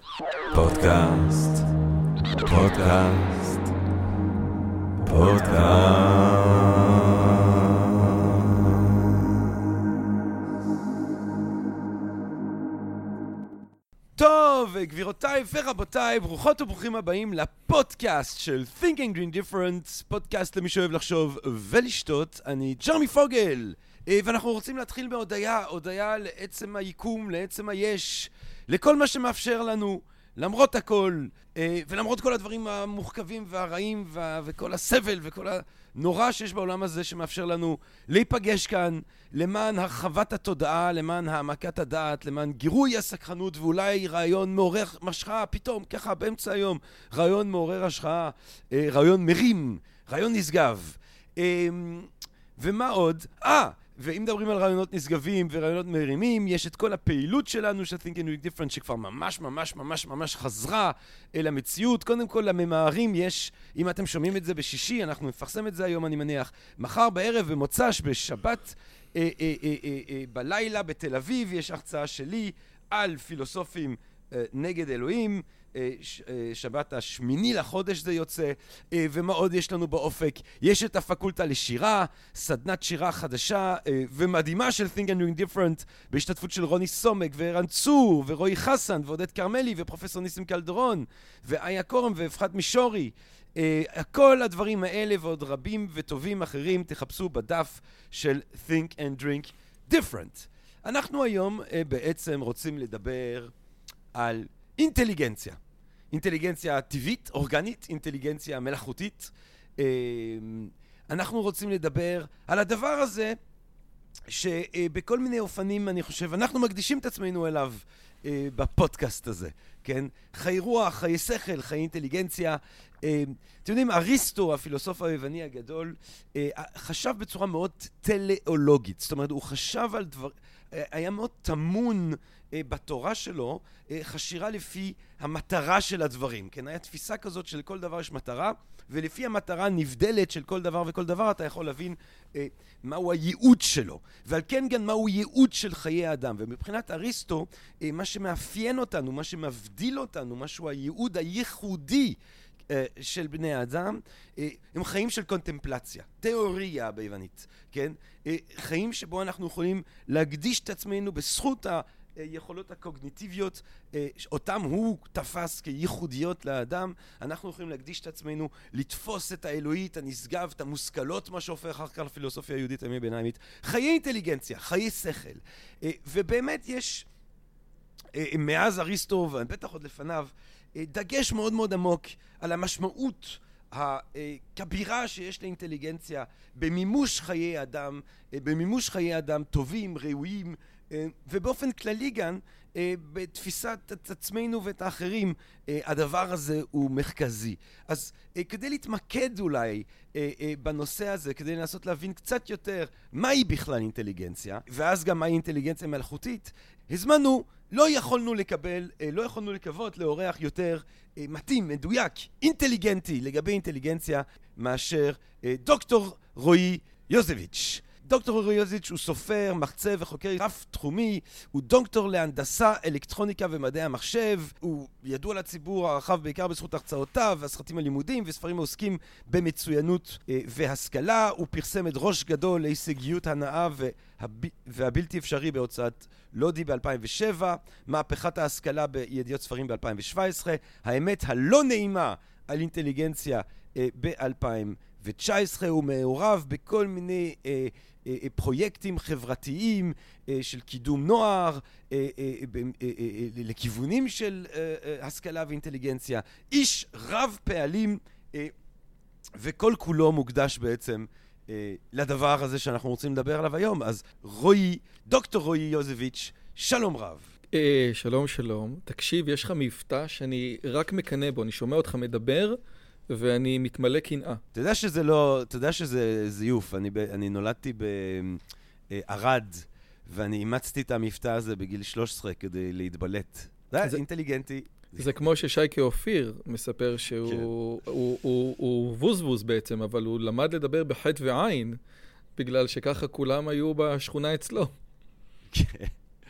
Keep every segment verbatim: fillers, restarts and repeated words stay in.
פודקאסט, פודקאסט, פודקאסט. טוב, גבירותיי ורבותיי, ברוכות וברוכים הבאים לפודקאסט של Think and Drink Different, פודקאסט למי שאוהב לחשוב ולשתות. אני ג'רמי פוגל, ואנחנו רוצים להתחיל בהודעה, הודעה לעצם היקום, לעצם היש, לכל מה שמאפשר לנו, למרות הכל, ולמרות כל הדברים המוחכבים והרעים וכל הסבל וכל הנורא שיש בעולם הזה שמאפשר לנו להיפגש כאן למען הרחבת התודעה, למען העמקת הדעת, למען גירוי הסקרנות ואולי רעיון מעורר משחאה, פתאום ככה באמצע היום, רעיון מעורר השחאה, רעיון מרים, רעיון נשגב. ומה עוד? אה! ואם מדברים על רעיונות נשגבים ורעיונות מרימים, יש את כל הפעילות שלנו של Think and Drink Different שכבר ממש ממש ממש ממש חזרה אל המציאות. קודם כל לממהרים יש, אם אתם שומעים את זה בשישי, אנחנו נפרסם את זה היום אני מניח, מחר בערב ומוצ"ש בשבת אה, אה, אה, אה, אה, בלילה בתל אביב יש הרצאה שלי על פילוסופים אה, נגד אלוהים, שבת השמיני לחודש זה יוצא, ומה עוד יש לנו באופק? יש את הפקולטה לשירה, סדנת שירה חדשה ומדהימה של Think and Drink Different בהשתתפות של רוני סומק וערן צור ורועי חסן ועודד קרמלי ופרופסור ניסים קלדרון ואיה קורם ואפרת מישורי. כל הדברים האלה ועוד רבים וטובים אחרים תחפשו בדף של Think and Drink Different. אנחנו היום בעצם רוצים לדבר על אינטליגנציה. אינטליגנציה טבעית, אורגנית, אינטליגנציה מלאכותית. אנחנו רוצים לדבר על הדבר הזה שבכל מיני אופנים, אני חושב, אנחנו מקדישים את עצמנו אליו בפודקאסט הזה, כן? חיי רוח, חיי שכל, חיי אינטליגנציה. אתם יודעים, אריסטו, הפילוסוף היווני הגדול, חשב בצורה מאוד טלאולוגית. זאת אומרת, הוא חשב על דבר... היה מאוד תמון בתורה שלו, חשירה לפי המטרה של הדברים. כן, היה תפיסה כזאת שלכל דבר יש מטרה, ולפי המטרה נבדלת של כל דבר וכל דבר, אתה יכול להבין אה, מהו הייעוד שלו. ועל כן גם מהו ייעוד של חיי האדם. ומבחינת אריסטו, אה, מה שמאפיין אותנו, מה שמבדיל אותנו, משהו הייעוד הייחודי אה, של בני האדם, אה, הם חיים של קונטמפלציה, תיאוריה ביוונית, כן? אה, חיים שבו אנחנו יכולים להקדיש את עצמנו בזכות ה... יכולות הקוגניטיביות, אותם הוא תפס כייחודיות לאדם, אנחנו יכולים להקדיש את עצמנו, לתפוס את האלוהית, הנשגב, את המושכלות, מה שהופך אחר כך לפילוסופיה היהודית הימי ביניימית, חיי אינטליגנציה, חיי שכל. ובאמת יש, מאז אריסטו, ובטח עוד לפניו, דגש מאוד מאוד עמוק על המשמעות הכבירה שיש לאינטליגנציה במימוש חיי אדם, במימוש חיי אדם טובים, ראויים, ובאופן כללי גם בתפיסת את עצמנו ואת האחרים הדבר הזה הוא מרכזי. אז כדי להתמקד אולי בנושא הזה, כדי לנסות להבין קצת יותר מהי בכלל אינטליגנציה, ואז גם מהי אינטליגנציה מלאכותית, הזמנו, לא יכולנו לקבל, לא יכולנו לקוות לאורח יותר מתאים, מדויק, אינטליגנטי לגבי אינטליגנציה מאשר דוקטור רועי יוזביץ'. דוקטור רועי יוזביץ' הוא סופר, מחצב וחוקר רב תחומי, הוא דוקטור להנדסה, אלקטרוניקה ומדעי המחשב, הוא ידוע לציבור הרחב בעיקר בזכות הרצאותיו והסרטים הלימודיים וספרים העוסקים במצוינות והשכלה. הוא פרסם את ראש גדול להישגיות הנאה והבלתי אפשרי בהוצאת לודי ב-אלפיים ושבע, מהפכת ההשכלה בידיעות ספרים ב-אלפיים שבע עשרה, האמת הלא נעימה על אינטליגנציה ב-אלפיים תשע עשרה, הוא מעורב בכל מיני אה, אה, פרויקטים חברתיים אה, של קידום נוער, אה, אה, אה, אה, אה, לכיוונים של אה, אה, השכלה ואינטליגנציה. איש רב פעלים, אה, וכל כולו מוקדש בעצם אה, לדבר הזה שאנחנו רוצים לדבר עליו היום. אז רועי, דוקטור רועי יוזביץ', שלום רב. אה, שלום שלום. תקשיב, יש לך מבטא שאני רק מקנא בו, אני שומע אותך מדבר, ואני מתמלא קנאה. אתה יודע שזה לא, אתה יודע שזה זיוף. אני, אני נולדתי בערד, ואני אימצתי את המבטא הזה בגיל שלוש עשרה כדי להתבלט. זה אינטליגנטי. זה כמו ששייקה אופיר מספר שהוא הוא, הוא, הוא ווז-ווז בעצם, אבל הוא למד לדבר בחטא ועין, בגלל שככה כולם היו בשכונה אצלו. כן.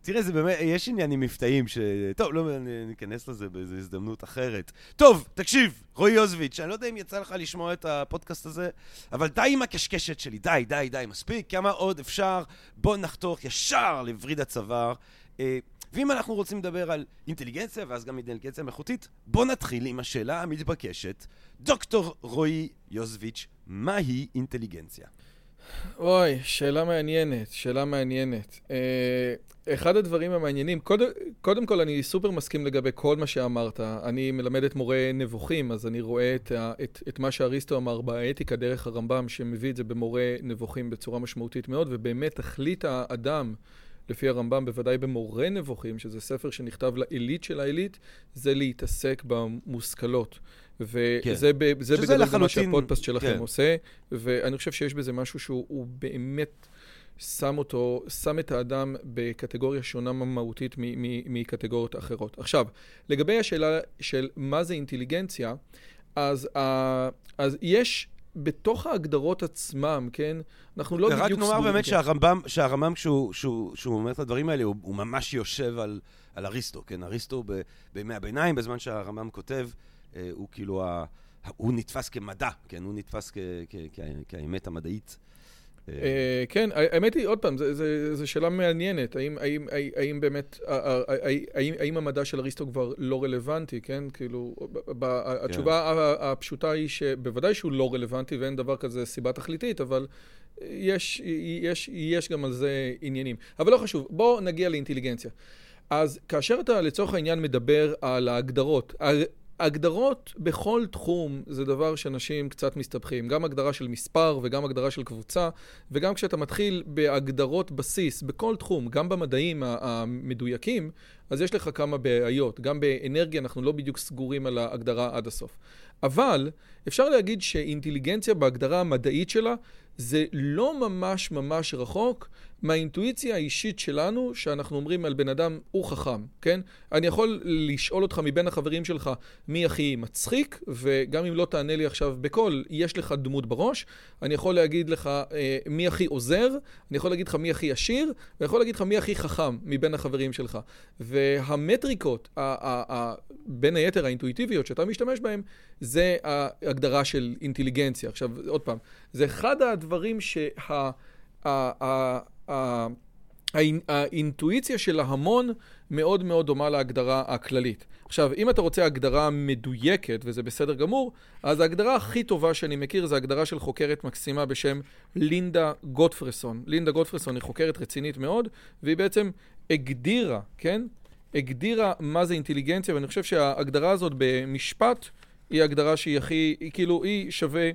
תראה, זה באמת, יש עניינים מבטאים ש... טוב, לא, ניכנס לזה באיזו הזדמנות אחרת. טוב, תקשיב, רועי יוזביץ', אני לא יודע אם יצא לך לשמוע את הפודקאסט הזה, אבל די עם הקשקשת שלי, די, די, די, מספיק, כמה עוד אפשר, בוא נחתוך ישר לבריד הצוואר. ואם אנחנו רוצים לדבר על אינטליגנציה, ואז גם אינטליגנציה מלאכותית, בוא נתחיל עם השאלה המתבקשת. דוקטור רועי יוזביץ', מהי אינטליגנציה? אוי, שאלה מעניינת, שאלה מעניינת. אה, אחד הדברים המעניינים, קודם, קודם כל אני סופר מסכים לגבי כל מה שאמרת. אני מלמד את מורה נבוכים, אז אני רואה את, את, את מה שאריסטו אמר באתיקה דרך הרמב"ם, שמביא את זה במורה נבוכים בצורה משמעותית מאוד, ובאמת תכלית האדם, לפי הרמב"ם, בוודאי במורה נבוכים, שזה ספר שנכתב לעילית של העילית, זה להתעסק במושכלות. וזה כן. ב, זה בגלל לחלוטין... מה שהפודקאסט שלכם כן. עושה, ואני חושב שיש בזה משהו שהוא באמת שם אותו, שם את האדם בקטגוריה שונה מהותית מקטגוריות אחרות. עכשיו, לגבי השאלה של מה זה אינטליגנציה, אז, אז יש... בתוך ההגדרות עצמם, כן? אנחנו לא בדיוק... רק נאמר באמת שהרמב"ם, שהרמב"ם כשהוא, שהוא, שהוא אומר את הדברים האלה, הוא, הוא ממש יושב על, על אריסטו, כן? אריסטו ב, בימי הביניים, בזמן שהרמב"ם כותב, אה, הוא כאילו, ה, הוא נתפס כמדע, כן? הוא נתפס כ, כ, כ, כאמת המדעית. כן, האמת היא, עוד פעם, זו שאלה מעניינת, האם באמת, האם המדע של אריסטו כבר לא רלוונטי, כן? כאילו, התשובה הפשוטה היא שבוודאי שהוא לא רלוונטי ואין דבר כזה סיבה תכליתית, אבל יש גם על זה עניינים. אבל לא חשוב, בואו נגיע לאינטליגנציה. אז כאשר אתה לצורך העניין מדבר על ההגדרות, הגדרות בכל תחום זה דבר שאנשים קצת מסתבכים, גם הגדרה של מספר וגם הגדרה של קבוצה, וגם כשאתה מתחיל בהגדרות בסיס בכל תחום, גם במדעים המדויקים, אז יש לך כמה בעיות. גם באנרגיה אנחנו לא בדיוק סגורים על ההגדרה עד הסוף. אבל אפשר להגיד שאינטליגנציה בהגדרה המדעית שלה זה לא ממש ממש רחוק מהאינטואיציה האישית שלנו, שאנחנו אומרים על בן אדם הוא חכם, כן? אני יכול לשאול אותך מבין החברים שלך מי הכי מצחיק, וגם אם לא תענה לי עכשיו בכל, יש לך דמות בראש, אני יכול להגיד לך אה, מי הכי עוזר, אני יכול להגיד לך מי הכי עשיר, ואני יכול להגיד לך מי הכי חכם מבין החברים שלך. והמטריקות, ה- ה- ה- בין היתר האינטואיטיביות שאתה משתמש בהם, זה ההגדרה של אינטליגנציה. עכשיו, עוד פעם, זה אחד הדברים שה... ה- ה- האינטואיציה של ההמון מאוד מאוד דומה להגדרה הכללית. עכשיו, אם אתה רוצה הגדרה מדויקת, וזה בסדר גמור, אז ההגדרה הכי טובה שאני מכיר זה הגדרה של חוקרת מקסימה בשם לינדה גוטפרסון. לינדה גוטפרסון היא חוקרת רצינית מאוד, והיא בעצם הגדירה, כן? הגדירה מה זה אינטליגנציה, ואני חושב שההגדרה הזאת במשפט היא הגדרה שהיא הכי, היא כאילו, היא שווה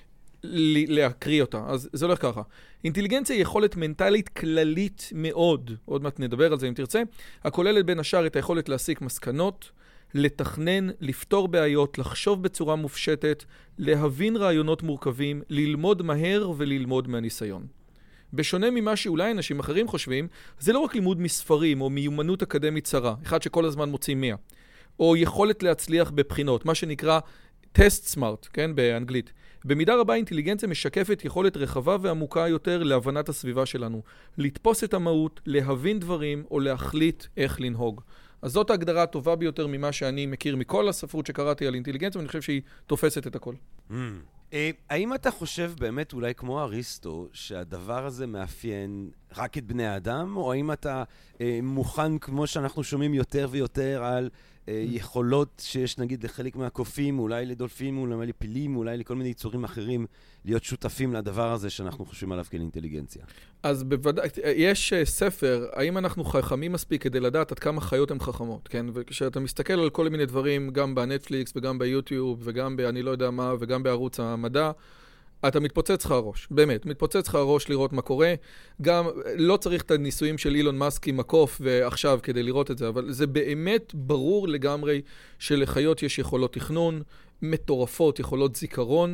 להקריא אותה. אז זה הולך ככה. אינטליגנציה היא יכולת מנטלית כללית מאוד, עוד מעט נדבר על זה אם תרצה, הכוללת בין השאר את היכולת להסיק מסקנות, לתכנן, לפתור בעיות, לחשוב בצורה מופשטת, להבין רעיונות מורכבים, ללמוד מהר וללמוד מהניסיון. בשונה ממה שאולי אנשים אחרים חושבים, זה לא רק לימוד מספרים או מיומנות אקדמית צרה, אחד שכל הזמן מוציא מאה, או יכולת להצליח בבחינות, מה שנקרא טסט סמארט, כן, באנגלית. במידה רבה אינטליגנציה משקפת יכולת רחבה ועמוקה יותר להבנת הסביבה שלנו, לתפוס את המהות, להבין דברים או להחליט איך לנהוג. אז זאת ההגדרה הטובה ביותר ממה שאני מכיר מכל הספרות שקראתי על אינטליגנציה, ואני חושב שהיא תופסת את הכל. האם אתה חושב באמת אולי כמו אריסטו שהדבר הזה מאפיין רק את בני האדם, או האם אתה מוכן כמו שאנחנו שומעים יותר ויותר על יכולות שיש נגיד לחלק מהקופים, אולי לדולפים, אולי לפילים, אולי לכל מיני יצורים אחרים, להיות שותפים לדבר הזה שאנחנו חושבים עליו כאינטליגנציה? אז בוודאי, יש ספר, האם אנחנו חכמים מספיק כדי לדעת עד כמה חיות הן חכמות, כן? וכשאתה מסתכל על כל מיני דברים, גם בנטפליקס וגם ביוטיוב וגם באני לא יודע מה וגם בערוץ המדע, אתה מתפוצץ לך הראש, באמת, מתפוצץ לך הראש לראות מה קורה, גם לא צריך את הניסויים של אילון מאסק עם הקוף ועכשיו כדי לראות את זה, אבל זה באמת ברור לגמרי שלחיות יש יכולות תכנון, מטורפות, יכולות זיכרון,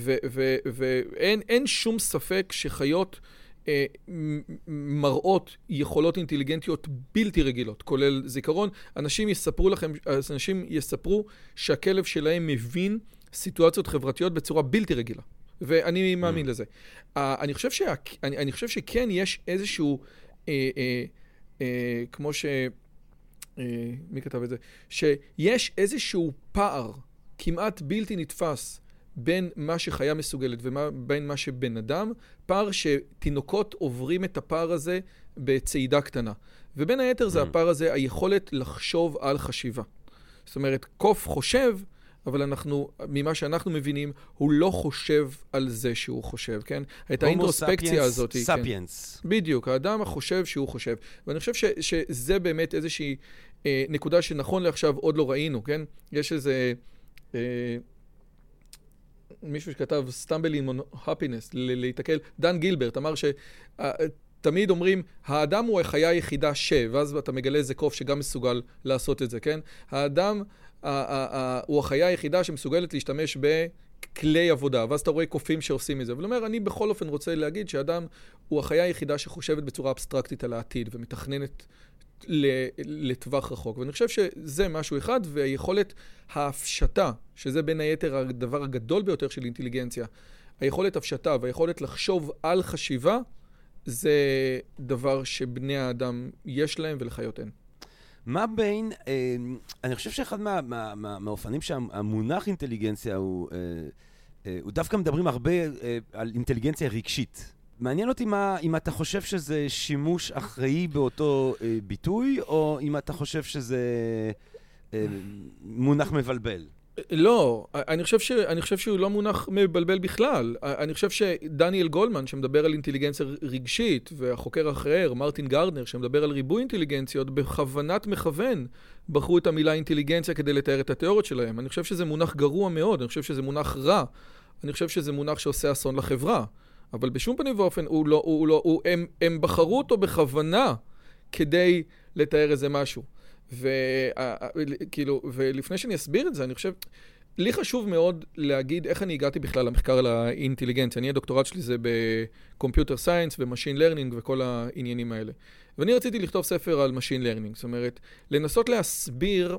ואין אין שום ספק שחיות אה, מראות יכולות אינטליגנטיות בלתי רגילות, כולל זיכרון. אנשים יספרו לכם, אנשים יספרו שהכלב שלהם מבין סיטואציות חברתיות בצורה בלתי רגילה. ואני מאמין לזה. אני חושב שה, אני, אני חושב שכן יש איזשהו, אה, אה, אה, כמו ש... אה, מי כתב את זה? שיש איזשהו פער כמעט בלתי נתפס בין מה שחיה מסוגלת ובין מה שבן אדם, פער שתינוקות עוברים את הפער הזה בצעידה קטנה. ובין היתר זה הפער הזה, היכולת לחשוב על חשיבה. זאת אומרת, קוף חושב, אבל אנחנו, ממה שאנחנו מבינים, הוא לא חושב על זה שהוא חושב, כן? את האינטרוספקציה הזאת. הומו ספיאנס. כן. בדיוק, האדם החושב שהוא חושב. ואני חושב ש, שזה באמת איזושהי אה, נקודה שנכון לעכשיו עוד לא ראינו, כן? יש איזה... אה, מישהו שכתב Stumbling on Happiness, להתקל, דן גילברט אמר שתמיד אומרים, האדם הוא החיה היחידה ש, ואז אתה מגלה איזה קוף שגם מסוגל לעשות את זה, כן? האדם הוא החיה היחידה שמסוגלת להשתמש בכלי עבודה, ואז אתה רואה קופים שעושים את זה. אבל אומר, אני בכל אופן רוצה להגיד שאדם הוא החיה היחידה שחושבת בצורה אבסטרקטית על העתיד, ומתכננת לטווח רחוק. ואני חושב שזה משהו אחד, והיכולת ההפשטה, שזה בין היתר הדבר הגדול ביותר של אינטליגנציה, היכולת הפשטה והיכולת לחשוב על חשיבה, זה דבר שבני האדם יש להם ולחיות אין. מה בין, אה, אני חושב שאחד מה, מה, מה, מהאופנים שהמונח אינטליגנציה הוא, אה, אה, הוא דווקא מדברים הרבה אה, על אינטליגנציה רגשית. מעניין אותי מה, אם אתה חושב שזה שימוש אחראי באותו אה, ביטוי, או אם אתה חושב שזה אה, מונח מבלבל. לא, אני חושב ש, אני חושב שהוא לא מונח מבלבל בכלל. אני חושב שדניאל גולדמן, שמדבר על אינטליגנציה רגשית, והחוקר האחר, מרטין גרדנר, שמדבר על ריבוי אינטליגנציות, בכוונת מכוון בחרו את המילה אינטליגנציה כדי לתאר את התיאוריות שלהם. אני חושב שזה מונח גרוע מאוד, אני חושב שזה מונח רע, אני חושב שזה מונח שעושה אסון לחברה. אבל בשום פנים ואופן, הוא לא, הוא לא, הוא, הם, הם בחרו אותו בכוונה כדי לתאר איזה משהו. וכאילו, ולפני שאני אסביר את זה, אני חושב, לי חשוב מאוד להגיד איך אני הגעתי בכלל למחקר על האינטליגנציה. אני, הדוקטורט שלי זה בקומפיוטר סיינס ומשין לרנינג וכל העניינים האלה. ואני רציתי לכתוב ספר על משין לרנינג, זאת אומרת, לנסות להסביר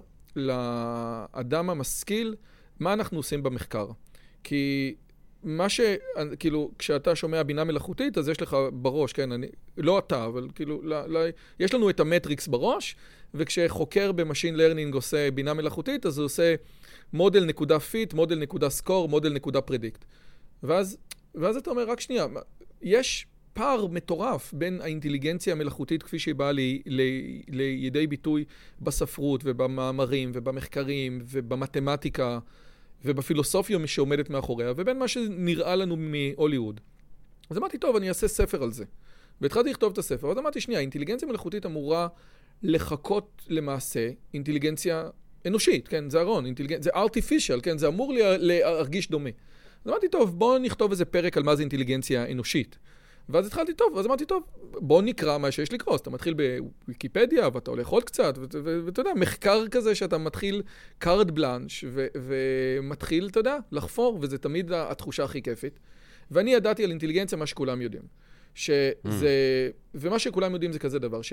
לאדם המשכיל מה אנחנו עושים במחקר. כי מה ש... כאילו, כשאתה שומע בינה מלאכותית, אז יש לך בראש, כן, אני... לא אתה, אבל כאילו, לא, לא, יש לנו את המטריקס בראש, וכשחוקר במשין לרנינג עושה בינה מלאכותית, אז הוא עושה מודל נקודה פיט, מודל נקודה סקור, מודל נקודה פרדיקט. ואז, ואז אתה אומר, רק שנייה, יש פער מטורף בין האינטליגנציה המלאכותית, כפי שהיא באה לי, לי, לידי ביטוי בספרות ובמאמרים ובמחקרים ובמתמטיקה, ובפילוסופיה שעומדת מאחוריה, ובין מה שנראה לנו מהוליווד. אז אמרתי, טוב, אני אעשה ספר על זה. והתחלתי לכתוב את הספר, אז אמרתי, שנייה, אינטליגנציה מלאכותית אמורה לחכות למעשה אינטליגנציה אנושית, כן, זה ארון, אינטליגנציה, זה artificial, כן, זה אמור להרגיש דומה. אז אמרתי, טוב, בואו נכתוב איזה פרק על מה זה אינטליגנציה אנושית. ואז התחלתי טוב, ואז אמרתי, טוב, בוא נקרא מה שיש לקרוא. אז אתה מתחיל בוויקיפדיה, ואתה הולך עוד קצת, ואתה יודע, מחקר כזה שאתה מתחיל קארד בלנש, ומתחיל, אתה יודע, לחפור, וזה תמיד התחושה הכי כיפית. ואני ידעתי על אינטליגנציה מה שכולם יודעים. שזה, ומה שכולם יודעים זה כזה דבר,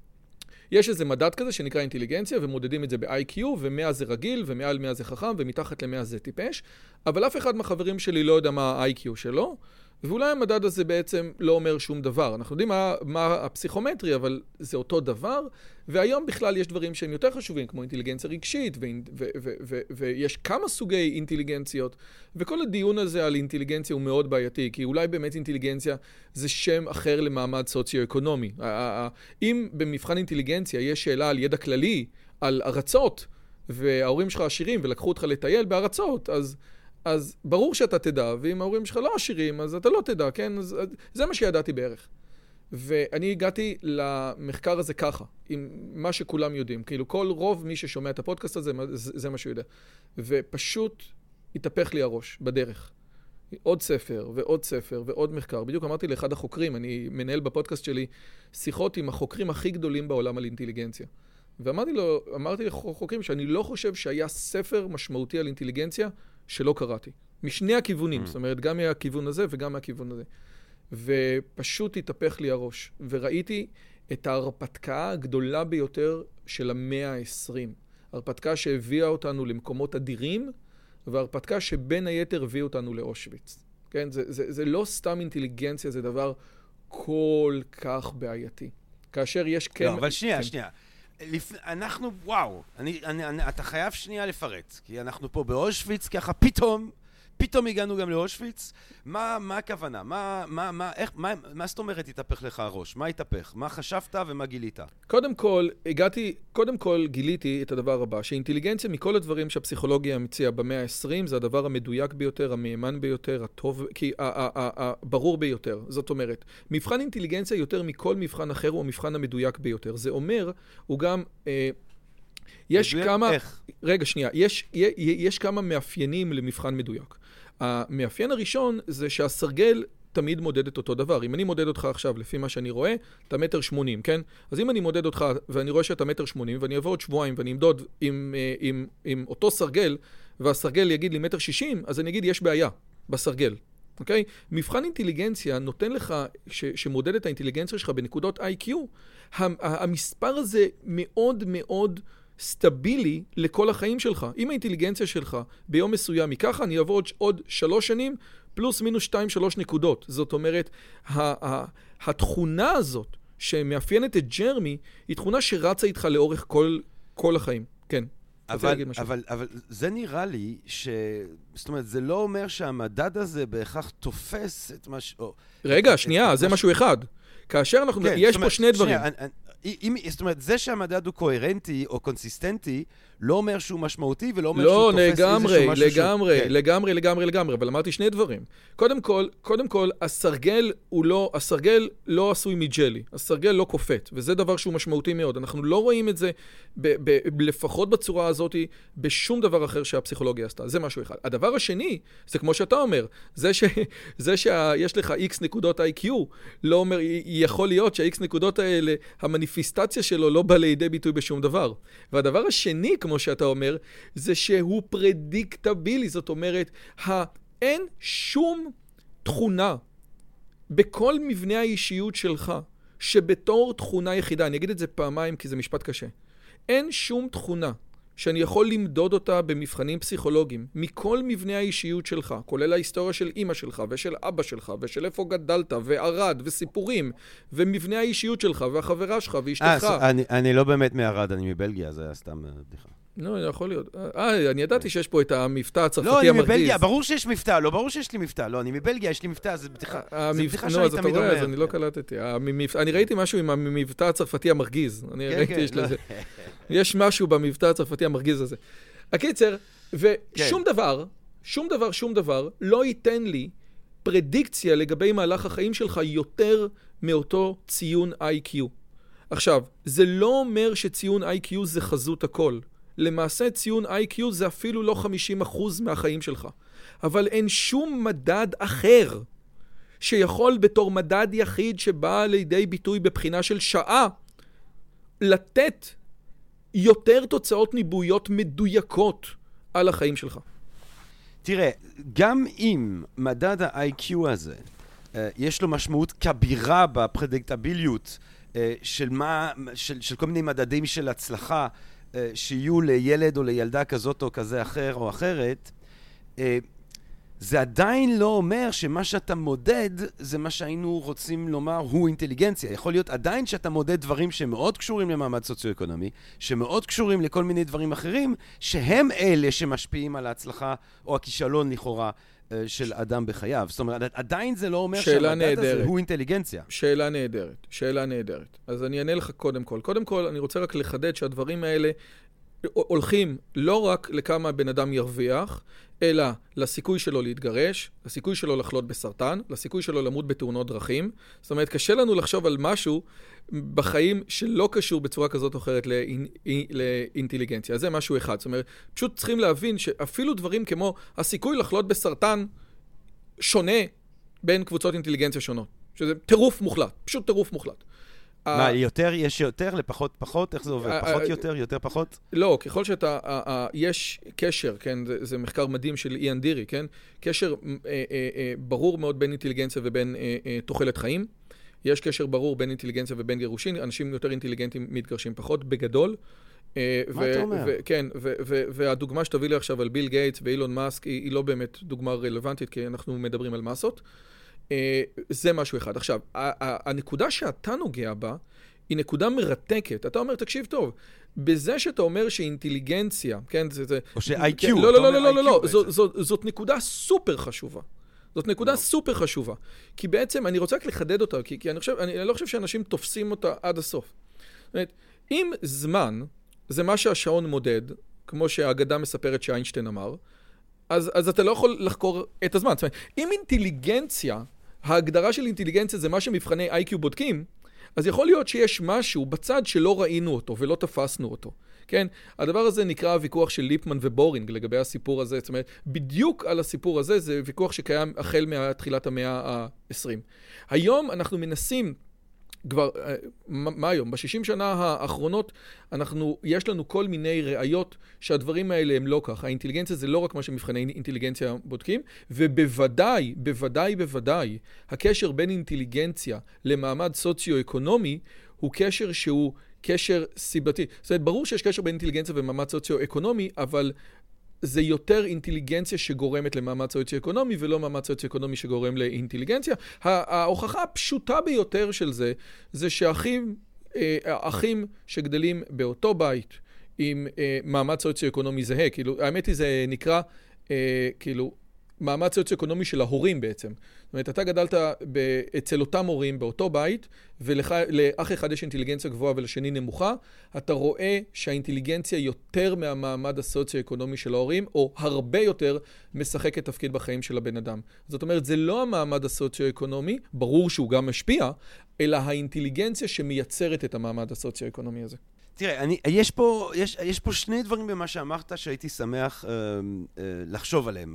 שיש איזה מדד כזה שנקרא אינטליגנציה, ומודדים את זה ב-איי קיו, ו-מאה זה רגיל, ומעל מאה זה חכם, ומתחת ל-מאה זה טיפש. אבל אף אחד מהחברים שלי לא יודע מה ה-איי קיו שלו, ואולי המדד הזה בעצם לא אומר שום דבר. אנחנו יודעים מה, מה הפסיכומטרי, אבל זה אותו דבר, והיום בכלל יש דברים שהם יותר חשובים, כמו אינטליגנציה רגשית, ו- ו- ו- ו- ויש כמה סוגי אינטליגנציות, וכל הדיון הזה על אינטליגנציה הוא מאוד בעייתי, כי אולי באמת אינטליגנציה זה שם אחר למעמד סוציו-אקונומי. אם במבחן אינטליגנציה יש שאלה על ידע כללי, על ארצות, וההורים שלך עשירים ולקחו אותך לטייל בארצות, אז... אז ברור שאתה תדע, ואם ההורים שלך לא עשירים, אז אתה לא תדע, כן? אז, זה מה שידעתי בערך. ואני הגעתי למחקר הזה ככה, עם מה שכולם יודעים. כאילו, כל רוב מי ששומע את הפודקאסט הזה, זה, זה מה שהוא יודע. ופשוט התהפך לי הראש בדרך. עוד ספר ועוד ספר ועוד מחקר. בדיוק אמרתי לאחד החוקרים, אני מנהל בפודקאסט שלי שיחות עם החוקרים הכי גדולים בעולם על אינטליגנציה. ואמרתי לו, אמרתי לחוקרים שאני לא חושב שהיה ספר משמעותי על אינטליגנציה שלא קראתי. משני הכיוונים, זאת אומרת, גם מהכיוון הזה וגם מהכיוון הזה. ופשוט התהפך לי הראש. וראיתי את ההרפתקה הגדולה ביותר של המאה ה-עשרים. הרפתקה שהביאה אותנו למקומות אדירים, והרפתקה שבין היתר הביא אותנו לאושוויץ. כן? זה, זה, זה לא סתם אינטליגנציה, זה דבר כל כך בעייתי. כאשר יש... לא, אבל שנייה, שנייה. אנחנו, וואו, אתה חייב שנייה לפרט, כי אנחנו פה באושוויץ, ככה פתאום... פתאום הגענו גם לאושוויץ. מה, מה הכוונה? מה, מה, מה, איך, מה, מה זאת אומרת התהפך לך הראש? מה התהפך? מה חשבת ומה גילית? קודם כל, הגעתי, קודם כל גיליתי את הדבר הבא, שאינטליגנציה מכל הדברים שהפסיכולוגיה המציאה במאה ה-עשרים, זה הדבר המדויק ביותר, המאמן ביותר, הטוב, כי הברור ביותר. זאת אומרת, מבחן אינטליגנציה יותר מכל מבחן אחר הוא המבחן המדויק ביותר. זה אומר, הוא גם... אה, יש כמה... איך? רגע, שנייה. יש, יש כמה מאפיינים למבחן מדויק. המאפיין הראשון זה שהסרגל תמיד מודד את אותו דבר. אם אני מודד אותך עכשיו, לפי מה שאני רואה, אתה מטר שמונים, כן? אז אם אני מודד אותך ואני רואה שאתה מטר שמונים, ואני אבוא עוד שבועיים ואני אמדוד עם, עם, עם אותו סרגל, והסרגל יגיד לי מטר שישים, אז אני אגיד יש בעיה בסרגל. אוקיי? מבחן אינטליגנציה נותן לך, ש, שמודד את האינטליגנציה שלך בנקודות איי קיו, המספר הזה מאוד מאוד סטבילי לכל החיים שלך. אם האינטליגנציה שלך ביום מסוים מככה, אני אעבור עוד שלוש שנים, פלוס מינוס שתיים, שלוש נקודות. זאת אומרת, התכונה הזאת שמאפיינת את ג'רמי, היא תכונה שרצה איתך לאורך כל, כל החיים. כן. אבל, אבל, אבל זה נראה לי ש... זאת אומרת, זה לא אומר שהמדד הזה בהכרח תופס את מה ש... רגע, שנייה, זה משהו אחד. כאשר אנחנו... יש פה שני דברים. אם, זאת אומרת, זה שהמדד הוא קוהרנטי או קונסיסטנטי, לא אומר שהוא משמעותי ולא אומר שהוא תופס איזשהו משהו שהוא... לא, לגמרי, לגמרי, לגמרי, לגמרי, אבל אמרתי שני דברים. קודם כל, קודם כל, הסרגל הוא לא, הסרגל לא עשוי מג'לי, הסרגל לא קופט, וזה דבר שהוא משמעותי מאוד. אנחנו לא רואים את זה, ב, ב, לפחות בצורה הזאת, בשום דבר אחר שהפסיכולוגיה עשתה. זה משהו אחד. הדבר השני, זה כמו שאתה אומר, זה ש, זה שיש לך X נקודות איי קיו, לא אומר, יכול להיות שה-X נקודות האלה, המניפיסטציה שלו לא בא לידי ביטוי בשום דבר. והדבר השני, כמו שאתה אומר, זה שהוא פרדיקטבילי, זאת אומרת, אין שום תכונה בכל מבנה האישיות שלך, שבתור תכונה יחידה, אני אגיד את זה פעמיים כי זה משפט קשה, אין שום תכונה שאני יכול למדוד אותה במבחנים פסיכולוגיים, מכל מבנה האישיות שלך, כולל ההיסטוריה של אמא שלך ושל אבא שלך ושל איפה גדלת וערד וסיפורים ומבנה האישיות שלך והחברה שלך ואשתך. אה, אני, אני לא באמת מערד, אני מבלגיה, זה היה סתם בדיחה. לא, יכול להיות. אה, אני ידעתי שיש פה את המבטא הצרפתי המרגיז. המרגיז. לא, אני מבלגיה, ברור שיש מבטא, לא, ברור שיש לי מבטא. לא, אני מבלגיה, יש לי מבטא, זה בדיחה. זה בדיחה שאני תמיד אומר. אז אני לא קלטתי. אני ראיתי משהו עם המבטא הצרפתי המרגיז. אני ראיתי, יש לזה. יש משהו במבטא הצרפתי המרגיז הזה. הקיצר, ושום דבר, שום דבר, שום דבר, לא ייתן לי פרדיקציה לגבי מהלך החיים שלך יותר מאותו ציון איי קיו. עכשיו, זה לא אומר שציון איי קיו זה חזות הכל. למעשה ציון איי קיו זה אפילו לא חמישים אחוז מהחיים שלך. אבל אין שום מדד אחר שיכול בתור מדד יחיד שבא לידי ביטוי בבחינה של שעה לתת יותר תוצאות ניבויות מדויקות על החיים שלך. תראה, גם אם מדד ה-איי קיו הזה יש לו משמעות כבירה בפרדיקטביליות של, מה, של, של כל מיני מדדים של הצלחה שיהיו לילד או לילדה כזאת או כזה אחר או אחרת, זה עדיין לא אומר שמה שאתה מודד זה מה שהיינו רוצים לומר הוא אינטליגנציה. יכול להיות עדיין שאתה מודד דברים שמאוד קשורים למעמד סוציו-אקונומי, שמאוד קשורים לכל מיני דברים אחרים, שהם אלה שמשפיעים על ההצלחה או הכישלון לכאורה של אדם בחייו. זאת אומרת, עדיין זה לא אומר שהמדד הזה הוא אינטליגנציה. שאלה נהדרת, שאלה נהדרת. אז אני אענה לך קודם כל. קודם כל, אני רוצה רק לחדד שהדברים האלה הולכים לא רק לכמה בן אדם ירוויח, אלא לסיכוי שלו להתגרש, לסיכוי שלו לחלות בסרטן, לסיכוי שלו למות בתאונות דרכים. זאת אומרת, קשה לנו לחשוב על משהו בחיים שלא קשור בצורה כזאת או אחרת לאינטליגנציה. זה משהו אחד. זאת אומרת, פשוט צריכים להבין שאפילו דברים כמו הסיכוי לחלות בסרטן שונה בין קבוצות אינטליגנציה שונות. שזה טירוף מוחלט, פשוט טירוף מוחלט. מה, יותר, יש יותר, לפחות פחות? איך זה עובד? פחות יותר, יותר פחות? לא, ככל שאתה, יש קשר, כן, זה מחקר מדהים של איאן דירי, כן? קשר ברור מאוד בין אינטליגנציה ובין תוחלת חיים. יש קשר ברור בין אינטליגנציה ובין גירושין. אנשים יותר אינטליגנטים מתגרשים פחות, בגדול. מה אתה אומר? כן, והדוגמה שתביא לי עכשיו על ביל גייטס ואילון מאסק היא לא באמת דוגמה רלוונטית, כי אנחנו מדברים על מסות. זה משהו אחד. עכשיו, הנקודה שאתה נוגע בה, היא נקודה מרתקת. אתה אומר, תקשיב טוב, בזה שאתה אומר שאינטליגנציה, כן, זה... זה או ש-איי קיו. לא, לא, לא, לא, לא, לא, זאת, זאת, זאת נקודה סופר חשובה. זאת נקודה לא. סופר חשובה. כי בעצם, אני רוצה רק לחדד אותה, כי, כי אני חושב, אני, אני לא חושב שאנשים תופסים אותה עד הסוף. זאת אומרת, אם זמן, זה מה שהשעון מודד, כמו שהאגדה מספרת שאיינשטיין אמר, אז, אז אתה לא יכול לחקור את הזמן. זאת אומרת, אם אינטליגנציה, ההגדרה של אינטליגנציה זה מה שמבחני איי קיו בודקים, אז יכול להיות שיש משהו בצד שלא ראינו אותו ולא תפסנו אותו. כן? הדבר הזה נקרא הוויכוח של ליפמן ובורינג לגבי הסיפור הזה. זאת אומרת, בדיוק על הסיפור הזה זה ויכוח שקיים החל מתחילת המאה ה-עשרים. היום אנחנו מנסים כבר, מה היום? ב-שישים שנה האחרונות אנחנו, יש לנו כל מיני ראיות שהדברים האלה הם לא כך. האינטליגנציה זה לא רק מה שמבחני אינטליגנציה בודקים, ובוודאי, בוודאי, בוודאי, הקשר בין אינטליגנציה למעמד סוציו-אקונומי הוא קשר שהוא קשר סיבתי. זאת אומרת, ברור שיש קשר בין אינטליגנציה ומעמד סוציו-אקונומי, אבל זה יותר אינטליגנציה שגורמת למעמד סוציו-אקונומי, ולא מעמד סוציו-אקונומי שגורם לאינטליגנציה. ההוכחה הפשוטה ביותר של זה, זה שאחים, אחים שגדלים באותו בית, עם מעמד סוציו-אקונומי זהה, כאילו, האמת היא זה נקרא, כאילו, מעמד סוציו-אקונומי של ההורים בעצם. זאת אומרת, אתה גדלת אצל אותם הורים באותו בית, ולאח אחד יש אינטליגנציה גבוהה ולשני נמוכה, אתה רואה שהאינטליגנציה יותר מהמעמד הסוציו-אקונומי של ההורים, או הרבה יותר משחקת תפקיד בחיים של הבן אדם. זאת אומרת, זה לא המעמד הסוציו-אקונומי, ברור שהוא גם משפיע, אלא האינטליגנציה שמייצרת את המעמד הסוציו-אקונומי הזה. תראה, אני, יש פה, יש, יש פה שני דברים במה שאמרת שהייתי שמח אה, אה, לחשוב עליהם.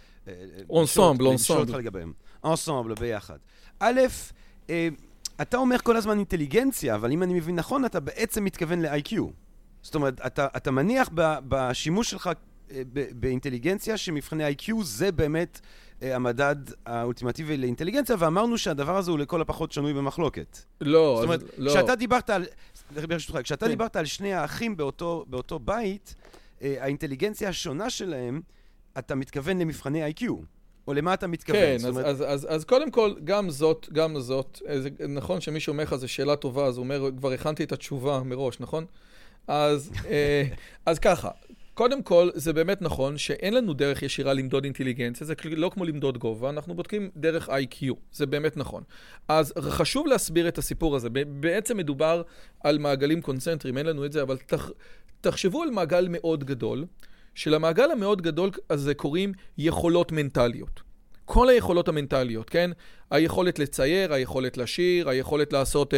אונסמבל, אונסמבל. אונסמבל, ביחד. א', אה, אתה אומר כל הזמן אינטליגנציה, אבל אם אני מבין נכון, אתה בעצם מתכוון ל-איי קיו. זאת אומרת, אתה, אתה מניח ב, בשימוש שלך אה, ב, באינטליגנציה, שמבחני איי קיו זה באמת אה, המדד האולטימטיבי לאינטליגנציה, ואמרנו שהדבר הזה הוא לכל הפחות שנוי במחלוקת. לא, זאת אומרת, לא. כשאתה דיברת על, כשאתה דיברת על שני האחים באותו, באותו בית, אה, האינטליגנציה השונה שלהם, אתה מתכוון למבחני איי קיו. או למה אתה מתכוון? כן, אז, אומרת... אז, אז, אז קודם כל, גם זאת, גם זאת, זה נכון שמי שאומר לך, זו שאלה טובה, אז הוא אומר, כבר הכנתי את התשובה מראש, נכון? אז, אז ככה, קודם כל, זה באמת נכון שאין לנו דרך ישירה למדוד אינטליגנציה, זה לא כמו למדוד גובה, אנחנו בודקים דרך איי קיו, זה באמת נכון. אז חשוב להסביר את הסיפור הזה, בעצם מדובר על מעגלים קונצנטריים, אין לנו את זה, אבל תח, תחשבו על מעגל מאוד גדול, שלמעגל המאוד גדול הזה קוראים יכולות מנטליות. כל היכולות המנטליות, כן? היכולת לצייר, היכולת לשיר, היכולת לעשות...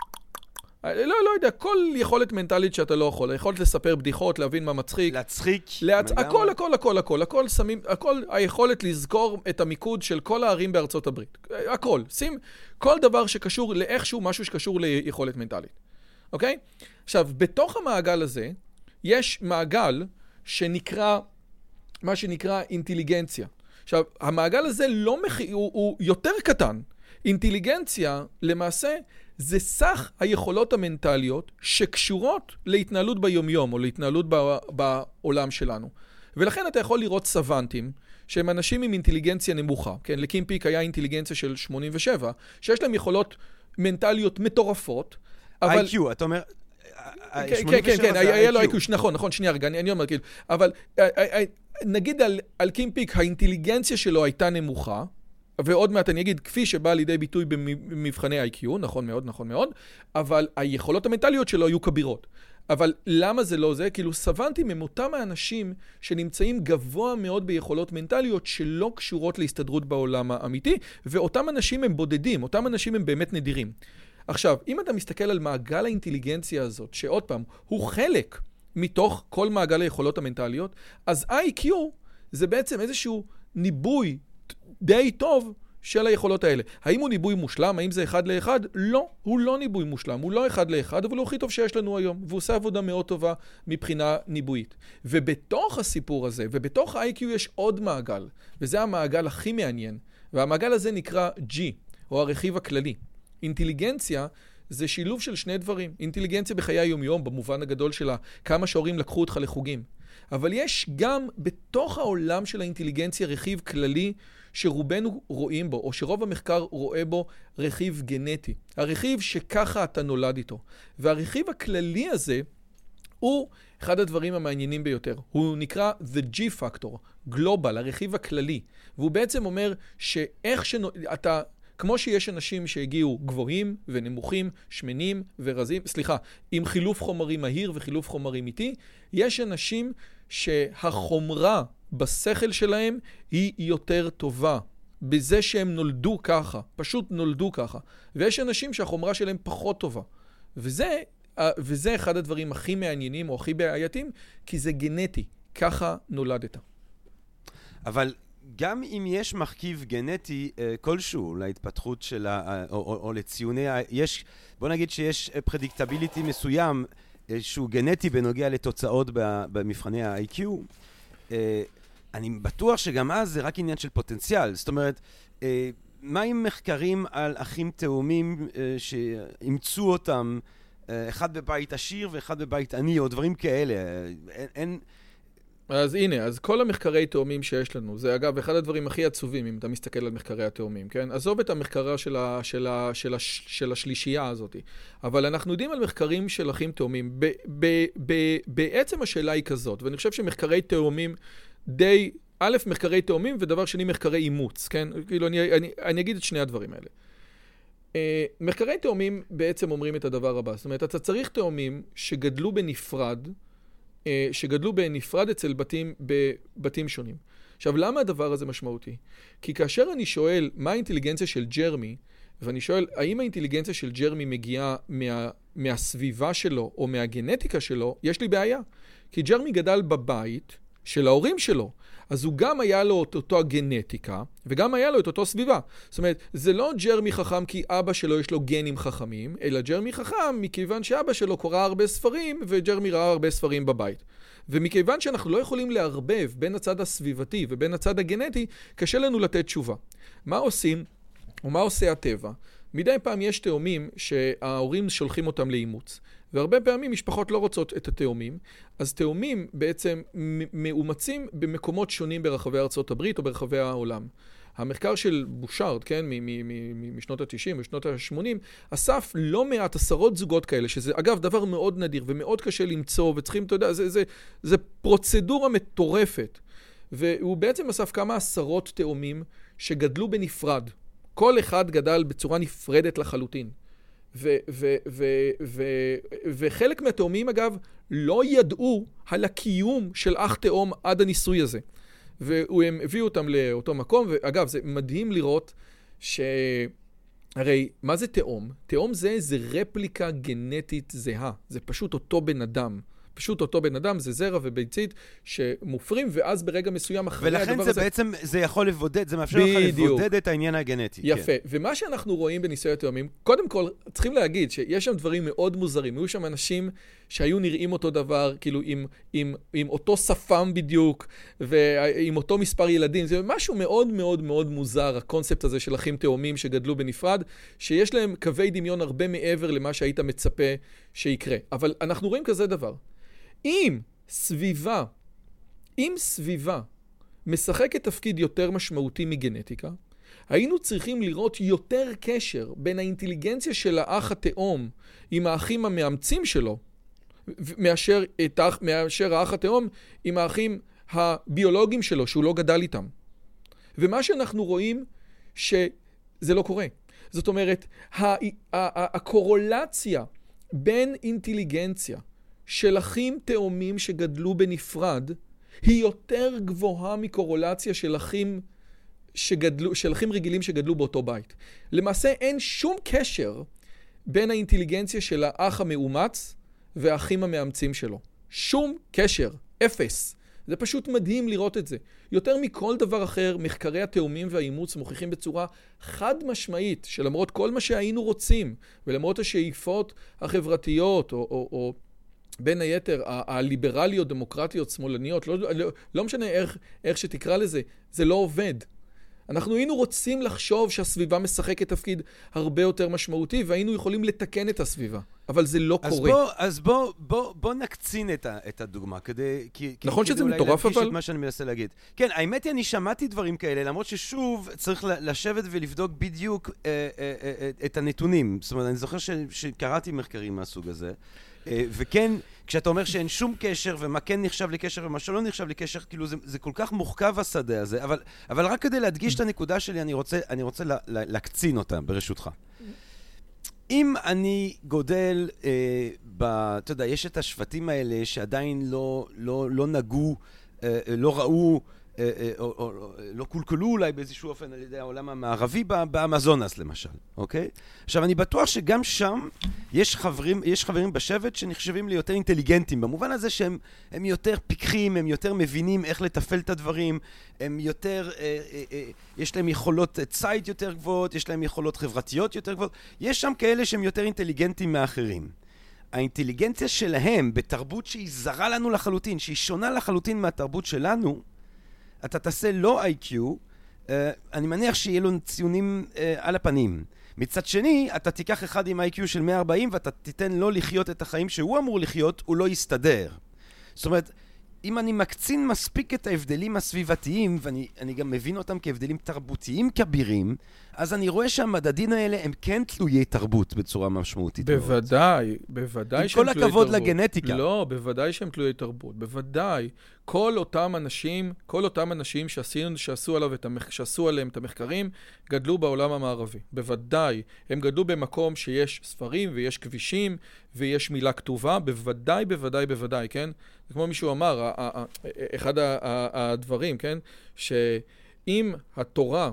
לא, לא יודע, כל יכולת מנטלית שאתה לא יכול. היכולת לספר בדיחות, להבין מה מצחיק. להצחיק. להצ... הכל, הכל, הכל, הכל, הכל שמים, הכל, היכולת לזכור את המיקוד של כל הערים בארצות הברית. הכל. שים כל דבר שקשור לאיכשהו, משהו שקשור ליכולת מנטלית. אוקיי? עכשיו, בתוך המעגל הזה, יש מעגל שנקרא, מה שנקרא אינטליגנציה. עכשיו, המעגל הזה לא מח... הוא, הוא יותר קטן. אינטליגנציה, למעשה, זה סך היכולות המנטליות שקשורות להתנהלות ביומיום, או להתנהלות ב... בעולם שלנו. ולכן אתה יכול לראות סוונטים, שהם אנשים עם אינטליגנציה נמוכה. כן, לקים פיק היה אינטליגנציה של שמונים ושבע, שיש להם יכולות מנטליות מטורפות, אבל... איי קיו, אתה אומר... כן, כן, כן, היה לו איי קיו, נכון, נכון, שנייה רגע, אני אומר, כאילו, אבל נגיד על קים פיק, האינטליגנציה שלו הייתה נמוכה, ועוד מעט אני אגיד, כפי שבא לידי ביטוי במבחני איי קיו, נכון מאוד, נכון מאוד, אבל היכולות המנטליות שלו היו כבירות. אבל למה זה לא זה? כאילו סוונטים הם אותם האנשים שנמצאים גבוה מאוד ביכולות מנטליות שלא קשורות להסתדרות בעולם האמיתי, ואותם אנשים הם בודדים, אותם אנשים הם באמת נדירים. עכשיו, אם אתה מסתכל על מעגל האינטליגנציה הזאת, שעוד פעם, הוא חלק מתוך כל מעגל היכולות המנטליות, אז איי קיו זה בעצם איזשהו ניבוי די טוב של היכולות האלה. האם הוא ניבוי מושלם? האם זה אחד לאחד? לא, הוא לא ניבוי מושלם, הוא לא אחד לאחד, אבל הוא הכי טוב שיש לנו היום, והוא עושה עבודה מאוד טובה מבחינה ניבויית. ובתוך הסיפור הזה, ובתוך ה-איי קיו יש עוד מעגל, וזה המעגל הכי מעניין, והמעגל הזה נקרא G, או הרכיב הכללי. אינטליגנציה זה שילוב של שני דברים. אינטליגנציה בחיי היומיום, במובן הגדול שלה, כמה שהורים לקחו אותך לחוגים. אבל יש גם בתוך העולם של האינטליגנציה רכיב כללי שרובנו רואים בו, או שרוב המחקר רואה בו רכיב גנטי. הרכיב שככה אתה נולד איתו. והרכיב הכללי הזה הוא אחד הדברים המעניינים ביותר. הוא נקרא The G-Factor, Global, הרכיב הכללי. והוא בעצם אומר שאיך שאתה... כמו שיש אנשים שהגיעו גבוהים ונמוכים, שמנים ורזים, סליחה, עם חילוף חומרים מהיר וחילוף חומרים איטי, יש אנשים שהחומרה בשכל שלהם היא יותר טובה, בזה שהם נולדו ככה, פשוט נולדו ככה. ויש אנשים שהחומרה שלהם פחות טובה. וזה, וזה אחד הדברים הכי מעניינים או הכי בעייתיים, כי זה גנטי, ככה נולדת. אבל... גם אם יש מרכיב גנטי כלשהו להתפתחות של ה... או, או, או לציוני ה... יש, בוא נגיד שיש פרדיקטביליטי מסוים שהוא גנטי בנוגע לתוצאות במבחני ה-איי קיו, אני בטוח שגם אז זה רק עניין של פוטנציאל. זאת אומרת, מה עם מחקרים על אחים תאומים שאימצו אותם, אחד בבית עשיר ואחד בבית עני, או דברים כאלה? אין... אין אז הנה, אז כל המחקרי תאומים שיש לנו, זה אגב אחד הדברים הכי עצובים אם אתה מסתכל על מחקרי התאומים, כן? עזוב את המחקרה של, ה, של, ה, של, ה, של השלישייה הזאת, אבל אנחנו יודעים על מחקרים של אחים תאומים. ב, ב, ב, בעצם השאלה היא כזאת, ואני חושב שמחקרי תאומים די, א', מחקרי תאומים, ודבר שני, מחקרי אימוץ, כן? כאילו, אני, אני, אני אגיד את שני הדברים האלה. Uh, מחקרי תאומים בעצם אומרים את הדבר הבא, זאת אומרת, אתה צריך תאומים שגדלו בנפרד, שגדלו בנפרד אצל בתים, בבתים שונים. עכשיו, למה הדבר הזה משמעותי? כי כאשר אני שואל מה האינטליגנציה של ג'רמי, ואני שואל, האם האינטליגנציה של ג'רמי מגיעה מה, מהסביבה שלו או מהגנטיקה שלו, יש לי בעיה. כי ג'רמי גדל בבית של ההורים שלו, אז הוא גם היה לו את אותו הגנטיקה, וגם היה לו את אותו סביבה. זאת אומרת, זה לא ג'רמי חכם כי אבא שלו יש לו גנים חכמים, אלא ג'רמי חכם מכיוון שאבא שלו קורא הרבה ספרים, וג'רמי ראה הרבה ספרים בבית. ומכיוון שאנחנו לא יכולים לערבב בין הצד הסביבתי ובין הצד הגנטי, קשה לנו לתת תשובה. מה עושים, או מה עושה הטבע? מדי פעם יש תאומים שההורים שולחים אותם לאימוץ. והרבה פעמים משפחות לא רוצות את התאומים, אז תאומים בעצם מאומצים במקומות שונים ברחבי ארצות הברית או ברחבי העולם. המחקר של בושארד, כן, משנות ה-תשעים ושנות ה-שמונים, אסף לא מעט עשרות זוגות כאלה, שזה אגב דבר מאוד נדיר ומאוד קשה למצוא, וצריכים, אתה יודע, זה, זה, זה פרוצדורה מטורפת. והוא בעצם אסף כמה עשרות תאומים שגדלו בנפרד. כל אחד גדל בצורה נפרדת לחלוטין. ו- ו- ו- ו- וחלק מהתאומים אגב לא ידעו על הקיום של אח תאום עד הניסוי הזה. והם הביאו אותם לאותו מקום, ואגב זה מדהים לראות שהרי מה זה תאום? תאום זה זה רפליקה גנטית זהה, זה פשוט אותו בן אדם. פשוט אותו בן אדם, זה זרע וביצית שמופרים, ואז ברגע מסוים אחרי הדבר הזה... ולכן זה בעצם, זה יכול לבודד, זה מאפשר לך לבודד את העניין הגנטי. יפה. ומה שאנחנו רואים בניסוי התאומים, קודם כל, צריכים להגיד שיש שם דברים מאוד מוזרים. היו שם אנשים שהיו נראים אותו דבר, כאילו עם, עם, עם אותו שפם בדיוק, ועם אותו מספר ילדים. זה משהו מאוד מאוד מאוד מוזר, הקונספט הזה של אחים תאומים שגדלו בנפרד, שיש להם קווי דמיון הרבה מעבר למה שהיית מצפה שיקרה. אבל אנחנו רואים כזה דבר. אם סביבה, אם סביבה משחקת תפקיד יותר משמעותי מגנטיקה, היינו צריכים לראות יותר קשר בין האינטליגנציה של האח התאום עם האחים המאמצים שלו, מאשר, את האח, מאשר האח התאום עם האחים הביולוגיים שלו, שהוא לא גדל איתם. ומה שאנחנו רואים שזה לא קורה. זאת אומרת, הקורולציה בין אינטליגנציה של אחים תאומים שגדלו בנפרד, היא יותר גבוהה מקורולציה של אחים, שגדלו, של אחים רגילים שגדלו באותו בית. למעשה אין שום קשר בין האינטליגנציה של האח המאומץ והאחים המאמצים שלו. שום קשר, אפס. זה פשוט מדהים לראות את זה. יותר מכל דבר אחר, מחקרי התאומים והאימוץ מוכיחים בצורה חד משמעית, שלמרות כל מה שהיינו רוצים, ולמרות השאיפות החברתיות, או, או, או בין היתר, הליברליות, דמוקרטיות, שמאלניות, לא, לא, לא משנה איך, איך שתקרא לזה, זה לא עובד. אנחנו היינו רוצים לחשוב שהסביבה משחקת תפקיד הרבה יותר משמעותי, והיינו יכולים לתקן את הסביבה. אבל זה לא אז קורה. בוא, אז בוא, בוא, בוא נקצין את, ה, את הדוגמה, כדי... כי, נכון כדי שזה אולי מטורף, להדגיש אבל... את מה שאני מנסה להגיד. כן, האמת היא, אני שמעתי דברים כאלה, למרות ששוב צריך לשבת ולבדוק בדיוק אה, אה, אה, את הנתונים. זאת אומרת, אני זוכר ש, שקראתי מחקרים מהסוג הזה, אה, וכן, כשאתה אומר שאין שום קשר, ומה כן נחשב לקשר ומה שלא נחשב לקשר, כאילו זה, זה כל כך מורכב השדה הזה, אבל, אבל רק כדי להדגיש את הנקודה שלי, אני רוצה, אני רוצה לה, לה, להקצין אותה ברשותך. אם אני גודל, אה, ב, אתה יודע, יש את השבטים האלה שעדיין לא, לא, לא נגעו, אה, לא ראו, אה, אה, או, או, או, לא קולקלו אולי באיזשהו אופן על ידי העולם המערבי באמזונס למשל, אוקיי? עכשיו, אני בטוח שגם שם יש חברים, יש חברים בשבט שנחשבים לי יותר אינטליגנטים, במובן הזה שהם הם יותר פיקחים, הם יותר מבינים איך לטפל את הדברים, הם יותר, אה, אה, אה, יש להם יכולות צייד יותר גבוהות, יש להם יכולות חברתיות יותר גבוהות, יש שם כאלה שהם יותר אינטליגנטים מאחרים. האינטליגנציה שלהם בתרבות שהיא זרה לנו לחלוטין, שהיא שונה לחלוטין מהתרבות שלנו, אתה תעשה לא איי קיו, uh, אני מניח שיהיה לו ציונים uh, על הפנים. מצד שני, אתה תיקח אחד עם איי קיו של מאה וארבעים ואתה תיתן לו לחיות את החיים שהוא אמור לחיות, הוא לא יסתדר. זאת אומרת, אם אני מקצין מספיק את ההבדלים הסביבתיים, ואני אני גם מבין אותם כהבדלים תרבותיים כבירים, אז אני רואה שהמדדים האלה הם כן תלויי תרבות בצורה משמעותית. בוודאי, בוודאי שהם תלויי תרבות. עם כל הכבוד לגנטיקה. לא, בוודאי שהם תלויי תרבות, בוודאי. כל אותם אנשים, כל אותם אנשים שעשינו, שעשו עליו את המח... שעשו עליהם את המחקרים, גדלו בעולם המערבי. בוודאי. הם גדלו במקום שיש ספרים ויש כבישים ויש מילה כתובה, בוודאי, בוודאי, בוודאי, כן? זה כמו מישהו אמר, אחד הדברים, כן? שאם התורה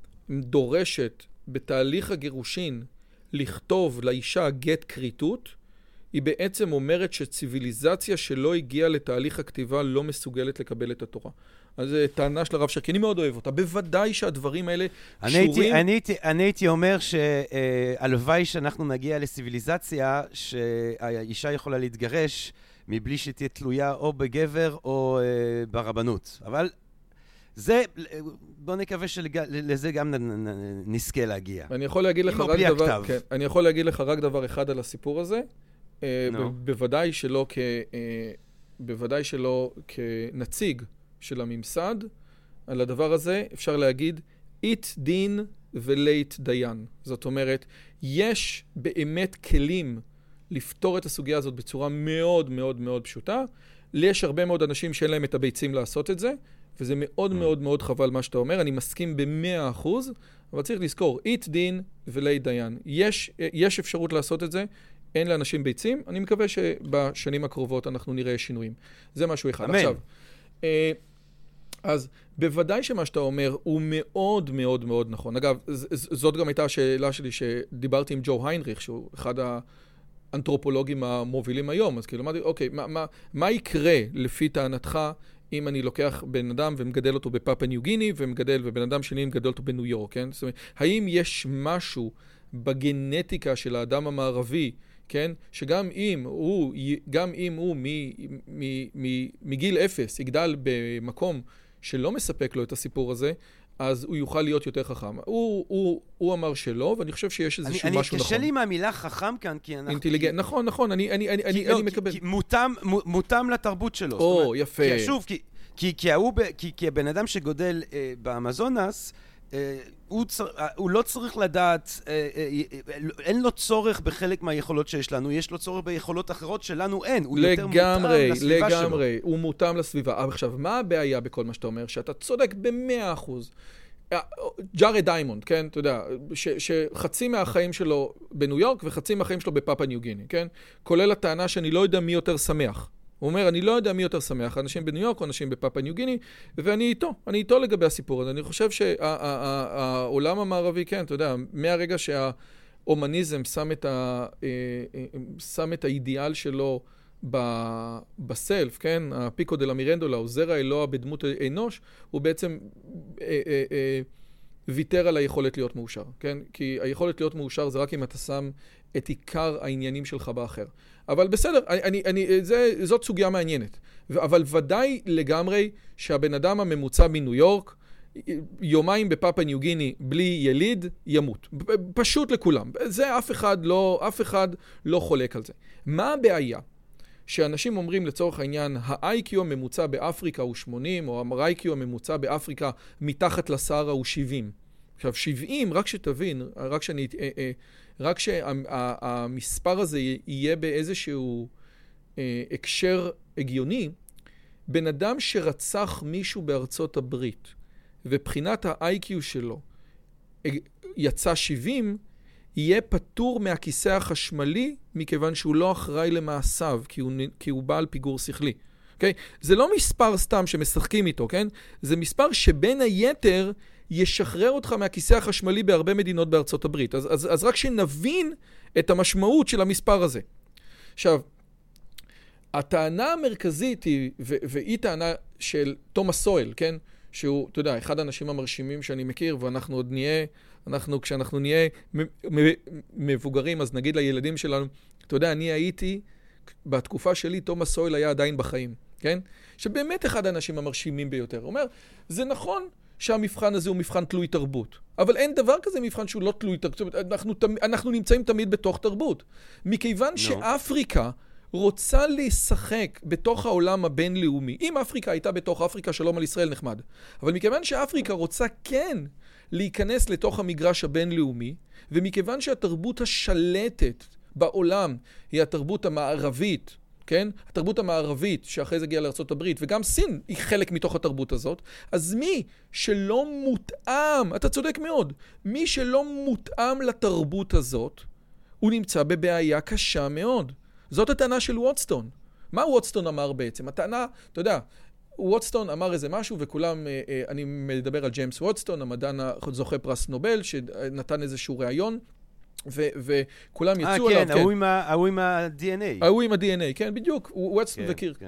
דורשת בתהליך הגירושין לכתוב לאישה גט כריתות, היא בעצם אומרת שציביליזציה שלא הגיעה לתהליך הכתיבה לא מסוגלת לקבל את התורה. אז זו טענה של הרב שרקי, אני מאוד אוהב אותה. בוודאי שהדברים האלה קשורים... אני הייתי, אני הייתי אומר שהלוואי שאנחנו נגיע לציביליזציה שהאישה יכולה להתגרש מבלי שתהיה תלויה או בגבר או ברבנות. אבל זה, בוא נקווה שלזה גם נזכה להגיע. אני יכול להגיד לך רק דבר, כן, אני יכול להגיד לך רק דבר אחד על הסיפור הזה. בוודאי שלא כ... בוודאי שלא כנציג של הממסד, על הדבר הזה אפשר להגיד, אית דין ולית דיין. זאת אומרת, יש באמת כלים לפתור את הסוגיה הזאת בצורה מאוד מאוד מאוד פשוטה. יש הרבה מאוד אנשים שאין להם את הביצים לעשות את זה, וזה מאוד מאוד מאוד חבל מה שאתה אומר. אני מסכים במאה אחוז, אבל צריך לזכור, אית דין ולית דיין. יש, יש אפשרות לעשות את זה. אין לאנשים ביצים, אני מקווה שבשנים הקרובות אנחנו נראה שינויים. זה משהו אחד. אמן. עכשיו, אז בוודאי שמה שאתה אומר הוא מאוד מאוד מאוד נכון. אגב, זאת גם הייתה השאלה שלי שדיברתי עם ג'ו היינריך, שהוא אחד האנתרופולוגים המובילים היום. אז כאילו אמרתי, אוקיי, מה, מה, מה יקרה לפי טענתך אם אני לוקח בן אדם ומגדל אותו בפאפה ניו גיני, ומגדל, ובן אדם שני מגדל אותו בניו יורק, כן? זאת אומרת, האם יש משהו בגנטיקה של האדם המערבי, כן? שגם אם הוא, גם אם הוא מ, מ, מ, מגיל אפס יגדל במקום שלא מספק לו את הסיפור הזה, אז הוא יוכל להיות יותר חכם. הוא, הוא, הוא אמר שלא, ואני חושב שיש איזשהו אני, משהו אני, נכון. קשה לי מהמילה חכם כאן, כי אנחנו... אינטליגנט, נכון, נכון, אני, אני, אני, כי, אני, לא, אני מקבל. כי מותם, מותם לתרבות שלו. או, אומרת, יפה. כי שוב, כי, כי, כי, הוא, כי, כי הבן אדם שגודל אה, באמזונס, אה, הוא, צר, הוא לא צריך לדעת, אה, אה, אה, אין לו צורך בחלק מהיכולות שיש לנו, יש לו צורך ביכולות אחרות שלנו אין, הוא יותר מותאם לסביבה שלו. לגמרי, הוא מותאם לסביבה. עכשיו, מה הבעיה בכל מה שאתה אומר? שאתה צודק במאה אחוז. ג'ארד דיימונד, כן, אתה יודע, ש, שחצי מהחיים שלו בניו יורק וחצי מהחיים שלו בפאפה ניו גיני, כן? כולל הטענה שאני לא יודע מי יותר שמח. הוא אומר, אני לא יודע מי יותר שמח, אנשים בניו יורק או אנשים בפאפה ניו גיני, ואני איתו, אני איתו לגבי הסיפור הזה. אני חושב שהעולם המערבי, כן, אתה יודע, מהרגע שהאומניזם שם את, ה, שם את האידיאל שלו בסלף, כן? הפיקו דה למירנדולה, או זרע אלוה בדמות אנוש, הוא בעצם אה, אה, אה, ויתר על היכולת להיות מאושר, כן? כי היכולת להיות מאושר זה רק אם אתה שם את עיקר העניינים שלך באחר. אבל בסדר, אני, אני, זה, זאת סוגיה מעניינת. אבל ודאי לגמרי שהבן אדם הממוצע מניו יורק יומיים בפאפה ניו גיני בלי יליד, ימות. פשוט לכולם. זה אף אחד לא, אף אחד לא חולק על זה. מה הבעיה? שאנשים אומרים לצורך העניין, ה-איי קיו הממוצע באפריקה הוא שמונים, או ה-איי קיו הממוצע באפריקה מתחת לסהרה הוא שבעים. עכשיו, שבעים, רק שתבין, רק שאני, רק שהמספר הזה יהיה באיזשהו הקשר הגיוני, בן אדם שרצח מישהו בארצות הברית, ובחינת ה-איי קיו שלו יצא שבעים, יהיה פטור מהכיסא החשמלי, מכיוון שהוא לא אחראי למעשיו, כי הוא, כי הוא בעל פיגור שכלי. Okay? זה לא מספר סתם שמשחקים איתו, כן? זה מספר שבין היתר ישחרר אותך מהכיסא החשמלי בהרבה מדינות בארצות הברית. אז, אז, אז רק שנבין את המשמעות של המספר הזה. עכשיו, הטענה המרכזית היא, ו- והיא טענה של תומאס סואל, כן? שהוא, אתה יודע, אחד האנשים המרשימים שאני מכיר, ואנחנו עוד נהיה, אנחנו, כשאנחנו נהיה מבוגרים, אז נגיד לילדים שלנו, אתה יודע, אני הייתי, בתקופה שלי, תומאס סואל היה עדיין בחיים, כן? שבאמת אחד האנשים המרשימים ביותר. הוא אומר, זה נכון שהמבחן הזה הוא מבחן תלוי תרבות, אבל אין דבר כזה מבחן שהוא לא תלוי תרבות. אנחנו, אנחנו נמצאים תמיד בתוך תרבות. מכיוון no. שאפריקה רוצה לשחק בתוך העולם הבינלאומי. אם אפריקה הייתה בתוך אפריקה, שלום על ישראל נחמד. אבל מכיוון שאפריקה רוצה כן להיכנס לתוך המגרש הבינלאומי, ומכיוון שהתרבות השלטת בעולם היא התרבות המערבית, כן? התרבות המערבית שאחרי זה הגיעה לארצות הברית, וגם סין היא חלק מתוך התרבות הזאת, אז מי שלא מותאם, אתה צודק מאוד, מי שלא מותאם לתרבות הזאת, הוא נמצא בבעיה קשה מאוד. זאת הטענה של ווטסטון. מה ווטסטון אמר בעצם? הטענה, אתה יודע, ווטסטון אמר איזה משהו, וכולם, אני מדבר על ג'יימס ווטסטון, המדען זוכה פרס נובל, שנתן איזשהו ראיון, וכולם יצאו עליו. אה, כן, ההוא עם ה-די אן איי. ההוא עם ה-די אן איי, כן, בדיוק, ווטסטון וקירק.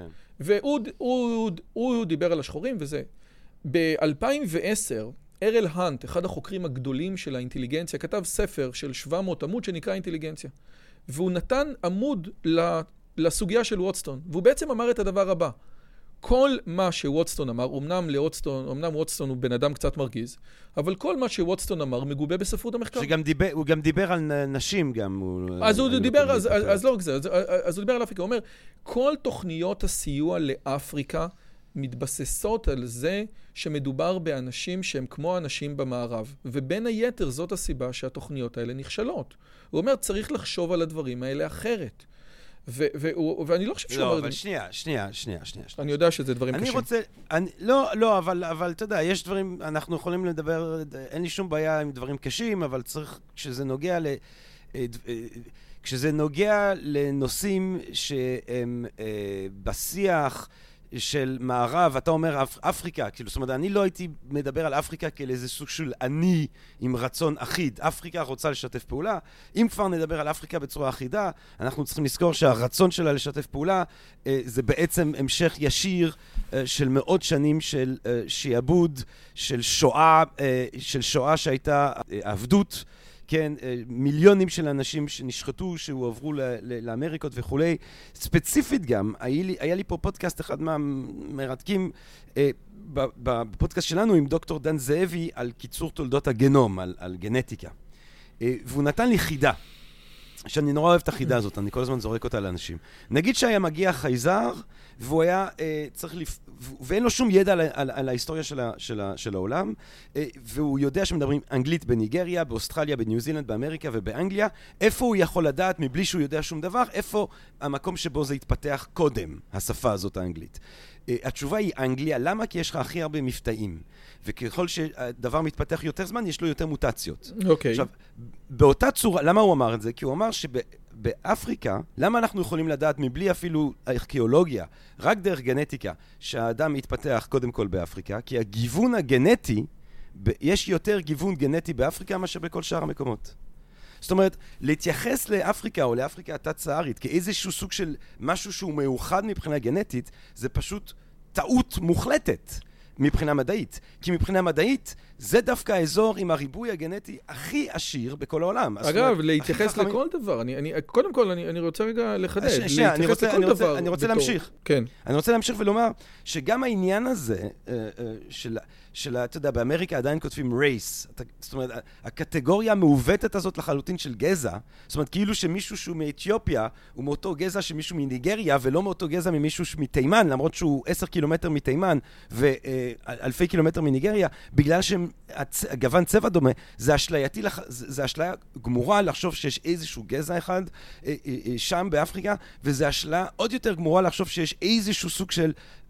והוא דיבר על השחורים וזה. ב-אלפיים ועשר, ארל הנט, אחד החוקרים הגדולים של האינטליגנציה, כתב ספר של שבע מאות עמוד שנקרא אינטליגנציה. והוא נתן עמוד לסוגיה של ווטסטון, והוא בעצם אמר את הדבר הבא. כל מה שווטסטון אמר, אמנם לווטסטון, אמנם ווטסטון הוא בן אדם קצת מרגיז, אבל כל מה שווטסטון אמר מגובה בספרות המחקר. שגם דיבר, הוא גם דיבר על נשים גם. אז הוא דיבר, אז, אז לא רק זה, אז, אז הוא דיבר על אפריקה, הוא אומר, כל תוכניות הסיוע לאפריקה מתבססות על זה שמדובר באנשים שהם כמו אנשים במערב, ובין היתר זאת הסיבה שהתוכניות האלה נכשלות. הוא אומר, צריך לחשוב על הדברים האלה אחרת. ו- ו- ואני לא חושב שהוא... לא, אבל שנייה, שנייה, שנייה, שנייה. אני יודע שזה דברים קשים. אני רוצה... אני, לא, לא, אבל, אבל אתה יודע, יש דברים, אנחנו יכולים לדבר, אין לי שום בעיה עם דברים קשים, אבל צריך, כשזה נוגע ל... כשזה נוגע לנושאים שהם בשיח של מערב, אתה אומר אפריקה, כאילו, זאת אומרת, אני לא הייתי מדבר על אפריקה כאל איזה סוג של אני עם רצון אחיד. אפריקה רוצה לשתף פעולה. אם כבר נדבר על אפריקה בצורה אחידה, אנחנו צריכים לזכור שהרצון שלה לשתף פעולה אה, זה בעצם המשך ישיר אה, של מאות שנים של אה, שיעבוד, של שואה, אה, של שואה שהייתה אה, עבדות, כן, מיליונים של אנשים שנשחטו, שהועברו לאמריקות וכולי. ספציפית גם, היה לי, היה לי פה פודקאסט אחד מהמרתקים, אה, בפודקאסט שלנו עם דוקטור דן זאבי על קיצור תולדות הגנום, על, על גנטיקה. אה, והוא נתן לי חידה, שאני נורא אוהב את החידה הזאת, אני כל הזמן זורק אותה לאנשים. נגיד שהיה מגיע חייזר, והוא היה אה, צריך לפ... ואין לו שום ידע על, על, על ההיסטוריה של, ה, של, ה, של העולם, אה, והוא יודע שמדברים אנגלית בניגריה, באוסטרליה, בניו זילנד, באמריקה ובאנגליה. איפה הוא יכול לדעת, מבלי שהוא יודע שום דבר, איפה המקום שבו זה התפתח קודם, השפה הזאת האנגלית. אה, התשובה היא אנגליה. למה? כי יש לך הכי הרבה מבטאים. וככל שהדבר מתפתח יותר זמן, יש לו יותר מוטציות. אוקיי. עכשיו, באותה צורה, למה הוא אמר את זה? כי הוא אמר שבאפריקה, למה אנחנו יכולים לדעת מבלי אפילו ארכיאולוגיה, רק דרך גנטיקה, שהאדם מתפתח קודם כל באפריקה? כי הגיוון הגנטי, יש יותר גיוון גנטי באפריקה מאשר בכל שאר המקומות. זאת אומרת, להתייחס לאפריקה או לאפריקה התת-סהרית כאיזשהו סוג של משהו שהוא מאוחד מבחינה גנטית, זה פשוט טעות מוחלטת. מבחינה מדעית. כי מבחינה מדעית, זה דווקא האזור עם הריבוי הגנטי הכי עשיר בכל העולם. אגב, להתייחס לכל דבר. קודם כל, אני רוצה רגע לחדד. להתייחס לכל דבר. אני רוצה להמשיך. כן. אני רוצה להמשיך ולומר שגם העניין הזה, של, אתה יודע, באמריקה עדיין כותבים race. זאת אומרת, הקטגוריה המעוותת הזאת לחלוטין של גזע, זאת אומרת, כאילו שמישהו שהוא מאתיופיה, הוא מאותו גזע שמישהו מניגריה, ולא מאותו גזע ממישהו מתימן, למרות שהוא עשר קילומטר מתימן, ואלפי קילומטר מניגריה, בגלל שהגוון צבע דומה, זה אשלייתי, זה אשליה גמורה לחשוב שיש איזשהו גזע אחד שם באפריקה, וזה אשליה עוד יותר גמורה לחשוב שיש איזשהו סוג של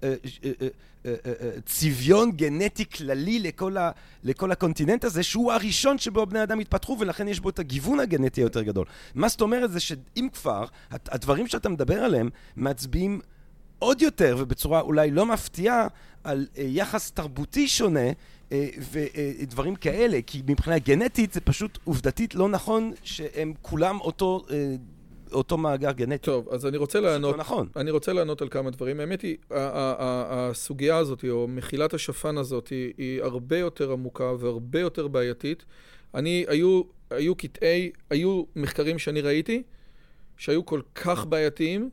צביון גנטי כללי לכל, ה, לכל הקונטיננט הזה, שהוא הראשון שבו בני אדם התפתחו, ולכן יש בו את הגיוון הגנטי היותר גדול. מה זאת אומרת זה שאם כבר, הדברים שאתה מדבר עליהם מצביעים עוד יותר, ובצורה אולי לא מפתיעה, על יחס תרבותי שונה, ודברים כאלה, כי מבחינה גנטית זה פשוט עובדתית לא נכון שהם כולם אותו אותו מאגר גנטי. טוב, אז אני רוצה לענות, נכון. אני רוצה לענות על כמה דברים. האמת היא, הסוגיה הזאת, או מחילת השפן הזאת, היא, היא הרבה יותר עמוקה והרבה יותר בעייתית. אני, היו, היו קטעי, היו מחקרים שאני ראיתי, שהיו כל כך בעייתיים,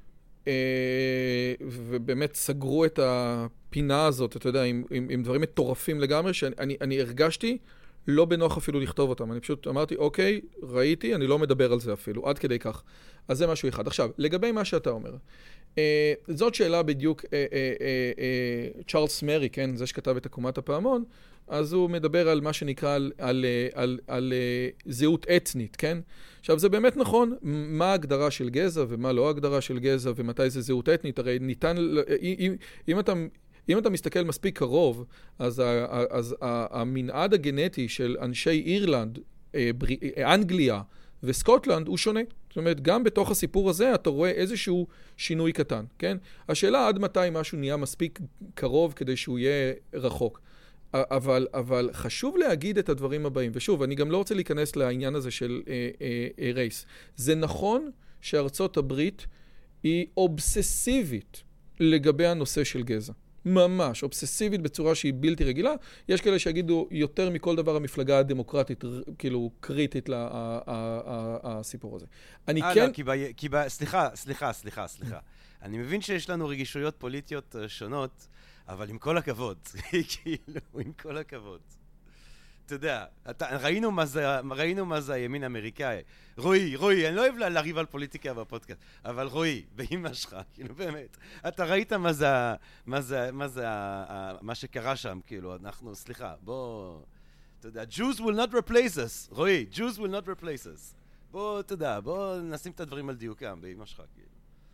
ובאמת סגרו את הפינה הזאת, אתה יודע, עם, עם, עם דברים מטורפים לגמרי, שאני אני הרגשתי, לא בנוח אפילו לכתוב אותם. אני פשוט אמרתי, אוקיי, ראיתי, אני לא מדבר על זה אפילו, עד כדי כך. אז זה משהו אחד. עכשיו, לגבי מה שאתה אומר, אה, זאת שאלה בדיוק, אה, אה, אה, צ'ארלס מרי, כן, זה שכתב את עקומת הפעמון, אז הוא מדבר על מה שנקרא על, על, על, על, על זהות אתנית, כן? עכשיו, זה באמת נכון, מה ההגדרה של גזע ומה לא ההגדרה של גזע ומתי זה זהות אתנית, הרי ניתן, אם, אם אתה... אם אתה מסתכל מספיק קרוב, אז, אז המנעד הגנטי של אנשי אירלנד, אנגליה וסקוטלנד הוא שונה. זאת אומרת, גם בתוך הסיפור הזה אתה רואה איזשהו שינוי קטן, כן? השאלה עד מתי משהו נהיה מספיק קרוב כדי שהוא יהיה רחוק. אבל, אבל חשוב להגיד את הדברים הבאים, ושוב, אני גם לא רוצה להיכנס לעניין הזה של אה, אה, אה, רייס. זה נכון שארצות הברית היא אובססיבית לגבי הנושא של גזע. ממש, אובססיבית בצורה שהיא בלתי רגילה. יש כאלה שיגידו יותר מכל דבר המפלגה הדמוקרטית, כאילו קריטית לסיפור הזה. אני כן... סליחה, סליחה, סליחה, סליחה. אני מבין שיש לנו רגישויות פוליטיות שונות, אבל עם כל הכבוד, כאילו, עם כל הכבוד. אתה יודע, אתה, ראינו, מה זה, ראינו מה זה הימין האמריקאי. רועי, רועי, אני לא אוהב להריב על פוליטיקה בפודקאסט, אבל רועי, באמא שלך, כאילו באמת, אתה ראית מה זה, מה זה, מה זה, מה שקרה שם, כאילו, אנחנו, סליחה, בוא, אתה יודע, Jews will not replace us, רועי, Jews will not replace us. בוא, אתה יודע, בוא נשים את הדברים על דיוקם, באמא שלך, כאילו.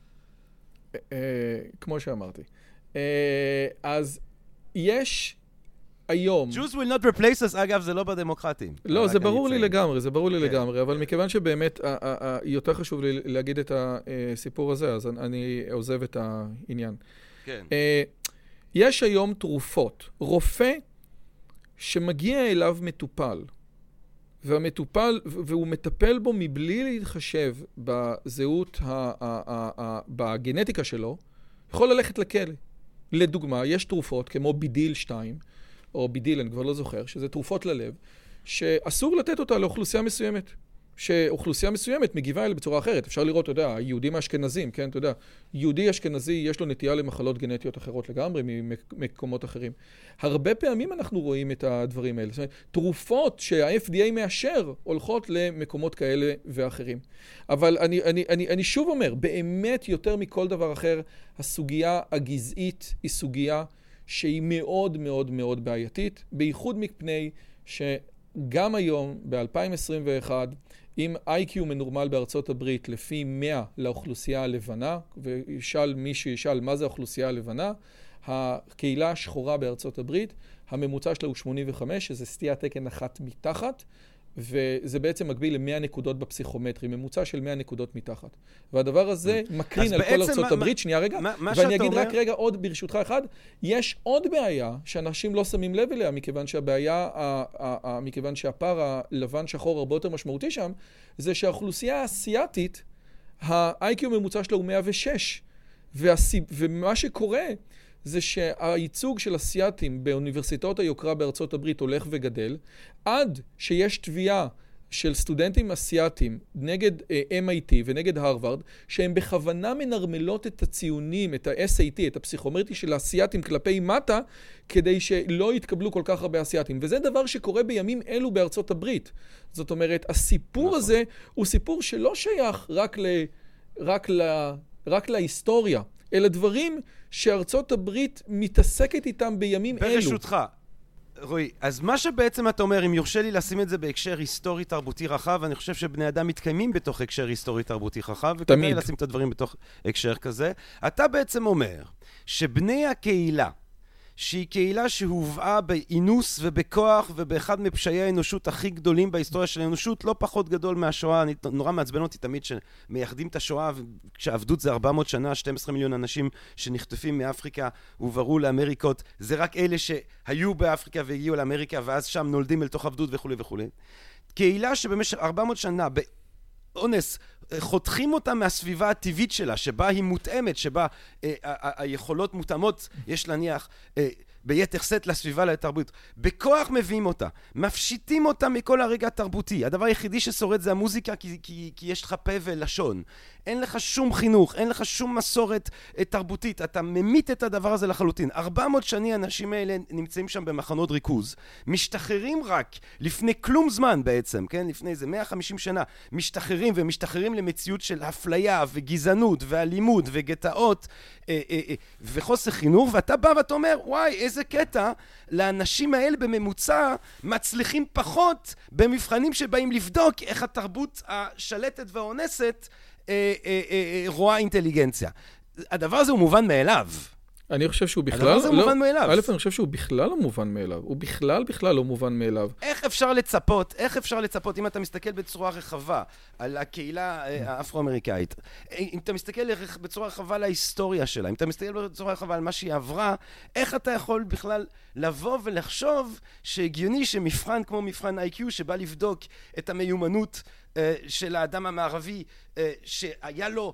כמו שאמרתי. אז יש... היום... Jews will not replace us, אגב, זה לא בדמוקרטים. לא, זה ברור לי לגמרי, זה ברור לי לגמרי, אבל מכיוון שבאמת יותר חשוב לי להגיד את הסיפור הזה, אז אני עוזב את העניין. כן. יש היום תרופות. רופא שמגיע אליו מטופל, והמטופל, והוא מטפל בו מבלי להתחשב בזהות, בגנטיקה שלו, יכול ללכת לכלא. לדוגמה, יש תרופות כמו בידיל שתיים, או בידיל, אני כבר לא זוכר, שזה תרופות ללב, שאסור לתת אותה לאוכלוסייה מסוימת. שאוכלוסייה מסוימת מגיבה אלה בצורה אחרת. אפשר לראות, אתה יודע, היהודים האשכנזים, כן, אתה יודע, יהודי אשכנזי יש לו נטייה למחלות גנטיות אחרות לגמרי ממקומות אחרים. הרבה פעמים אנחנו רואים את הדברים האלה. זאת אומרת, תרופות שה-אף די איי מאשר הולכות למקומות כאלה ואחרים. אבל אני, אני, אני, אני שוב אומר, באמת יותר מכל דבר אחר, הסוגיה הגזעית היא סוגיה שהיא מאוד מאוד מאוד בעייתית, בייחוד מפני שגם היום, ב-אלפיים עשרים ואחת, עם איי קיו מנורמל בארצות הברית לפי מאה לאוכלוסייה הלבנה, וישאל מי שישאל מה זה האוכלוסייה הלבנה, הקהילה השחורה בארצות הברית, הממוצע שלה הוא שמונים וחמש, שזה סטיית תקן אחת מתחת, וזה בעצם מקביל ל-מאה נקודות בפסיכומטרי, ממוצע של מאה נקודות מתחת. והדבר הזה מקרין על כל ארצות הברית, שנייה רגע, ואני אגיד רק רגע עוד ברשותך אחד, יש עוד בעיה שאנשים לא שמים לב אליה, מכיוון שהבעיה, מכיוון שהפער הלבן שחור הרבה יותר משמעותי שם, זה שהאוכלוסייה האסייתית, ה-איי קיו ממוצע שלה הוא מאה ושש, ומה שקורה זה שהייצוג של אסיאטים באוניברסיטאות היוקרה בארצות הברית הולך וגדל, עד שיש תביעה של סטודנטים אסיאטים נגד אם איי טי ונגד הרווארד, שהם בכוונה מנרמלות את הציונים, את ה-אס איי טי, את הפסיכומטרי של האסיאטים כלפי מטה, כדי שלא יתקבלו כל כך הרבה אסיאטים. וזה דבר שקורה בימים אלו בארצות הברית. זאת אומרת, הסיפור נכון. הזה הוא סיפור שלא שייך רק, ל, רק, ל, רק להיסטוריה, אלא דברים שארצות הברית מתעסקת איתם בימים אלו. ברשותך. רועי, אז מה שבעצם אתה אומר, אם יורשה לי לשים את זה בהקשר היסטורי-תרבותי רחב, אני חושב שבני אדם מתקיימים בתוך הקשר היסטורי-תרבותי רחב, וכדי לשים את הדברים בתוך הקשר כזה, אתה בעצם אומר שבני הקהילה, שהיא קהילה שהובאה באינוס ובכוח ובאחד מפשעי האנושות הכי גדולים בהיסטוריה של האנושות, לא פחות גדול מהשואה. אני נורא מעצבן אותי תמיד שמייחדים את השואה, כשעבדות זה ארבע מאות שנה, שנים עשר מיליון אנשים שנחטפים מאפריקה וברו לאמריקות, זה רק אלה שהיו באפריקה והגיעו לאמריקה ואז שם נולדים אל תוך עבדות וכו' וכו'. קהילה שבמשך ארבע מאות שנה באונס חותכים אותה מהסביבה הטבעית שלה, שבה היא מותאמת, שבה אה, ה- היכולות מותאמות, יש להניח, אה, ביתר סט לסביבה לתרבות. בכוח מביאים אותה, מפשיטים אותה מכל הרגע התרבותי. הדבר היחידי ששורד זה המוזיקה, כי, כי, כי יש לך פה ולשון. אין לך שום חינוך, אין לך שום מסורת אה, תרבותית. אתה ממית את הדבר הזה לחלוטין. ארבע מאות שנים האנשים האלה נמצאים שם במחנות ריכוז. משתחררים רק לפני כלום זמן בעצם, כן? לפני איזה מאה וחמישים שנה. משתחררים ומשתחררים למציאות של אפליה וגזענות ואלימות וגטאות אה, אה, אה, וחוסר חינוך, ואתה בא ואתה אומר, וואי, איזה קטע, לאנשים האלה בממוצע מצליחים פחות במבחנים שבאים לבדוק איך התרבות השלטת והאונסת אה, אה, אה, רואה אינטליגנציה. הדבר הזה הוא מובן מאליו. אני חושב שהוא בכלל... הדבר הזה הוא לא, מובן מאליו. א', אני חושב שהוא בכלל לא מובן מאליו. הוא בכלל בכלל לא מובן מאליו. איך אפשר לצפות, איך אפשר לצפות, אם אתה מסתכל בצורה רחבה על הקהילה האפרו-אמריקאית, אם אתה מסתכל בצורה רחבה על ההיסטוריה שלה, אם אתה מסתכל בצורה רחבה על מה שהיא עברה, איך אתה יכול בכלל לבוא ולחשוב שהגיוני שמבחן כמו מבחן איי קיו, שבא לבדוק את המיומנות של האדם המערבי, שהיה לו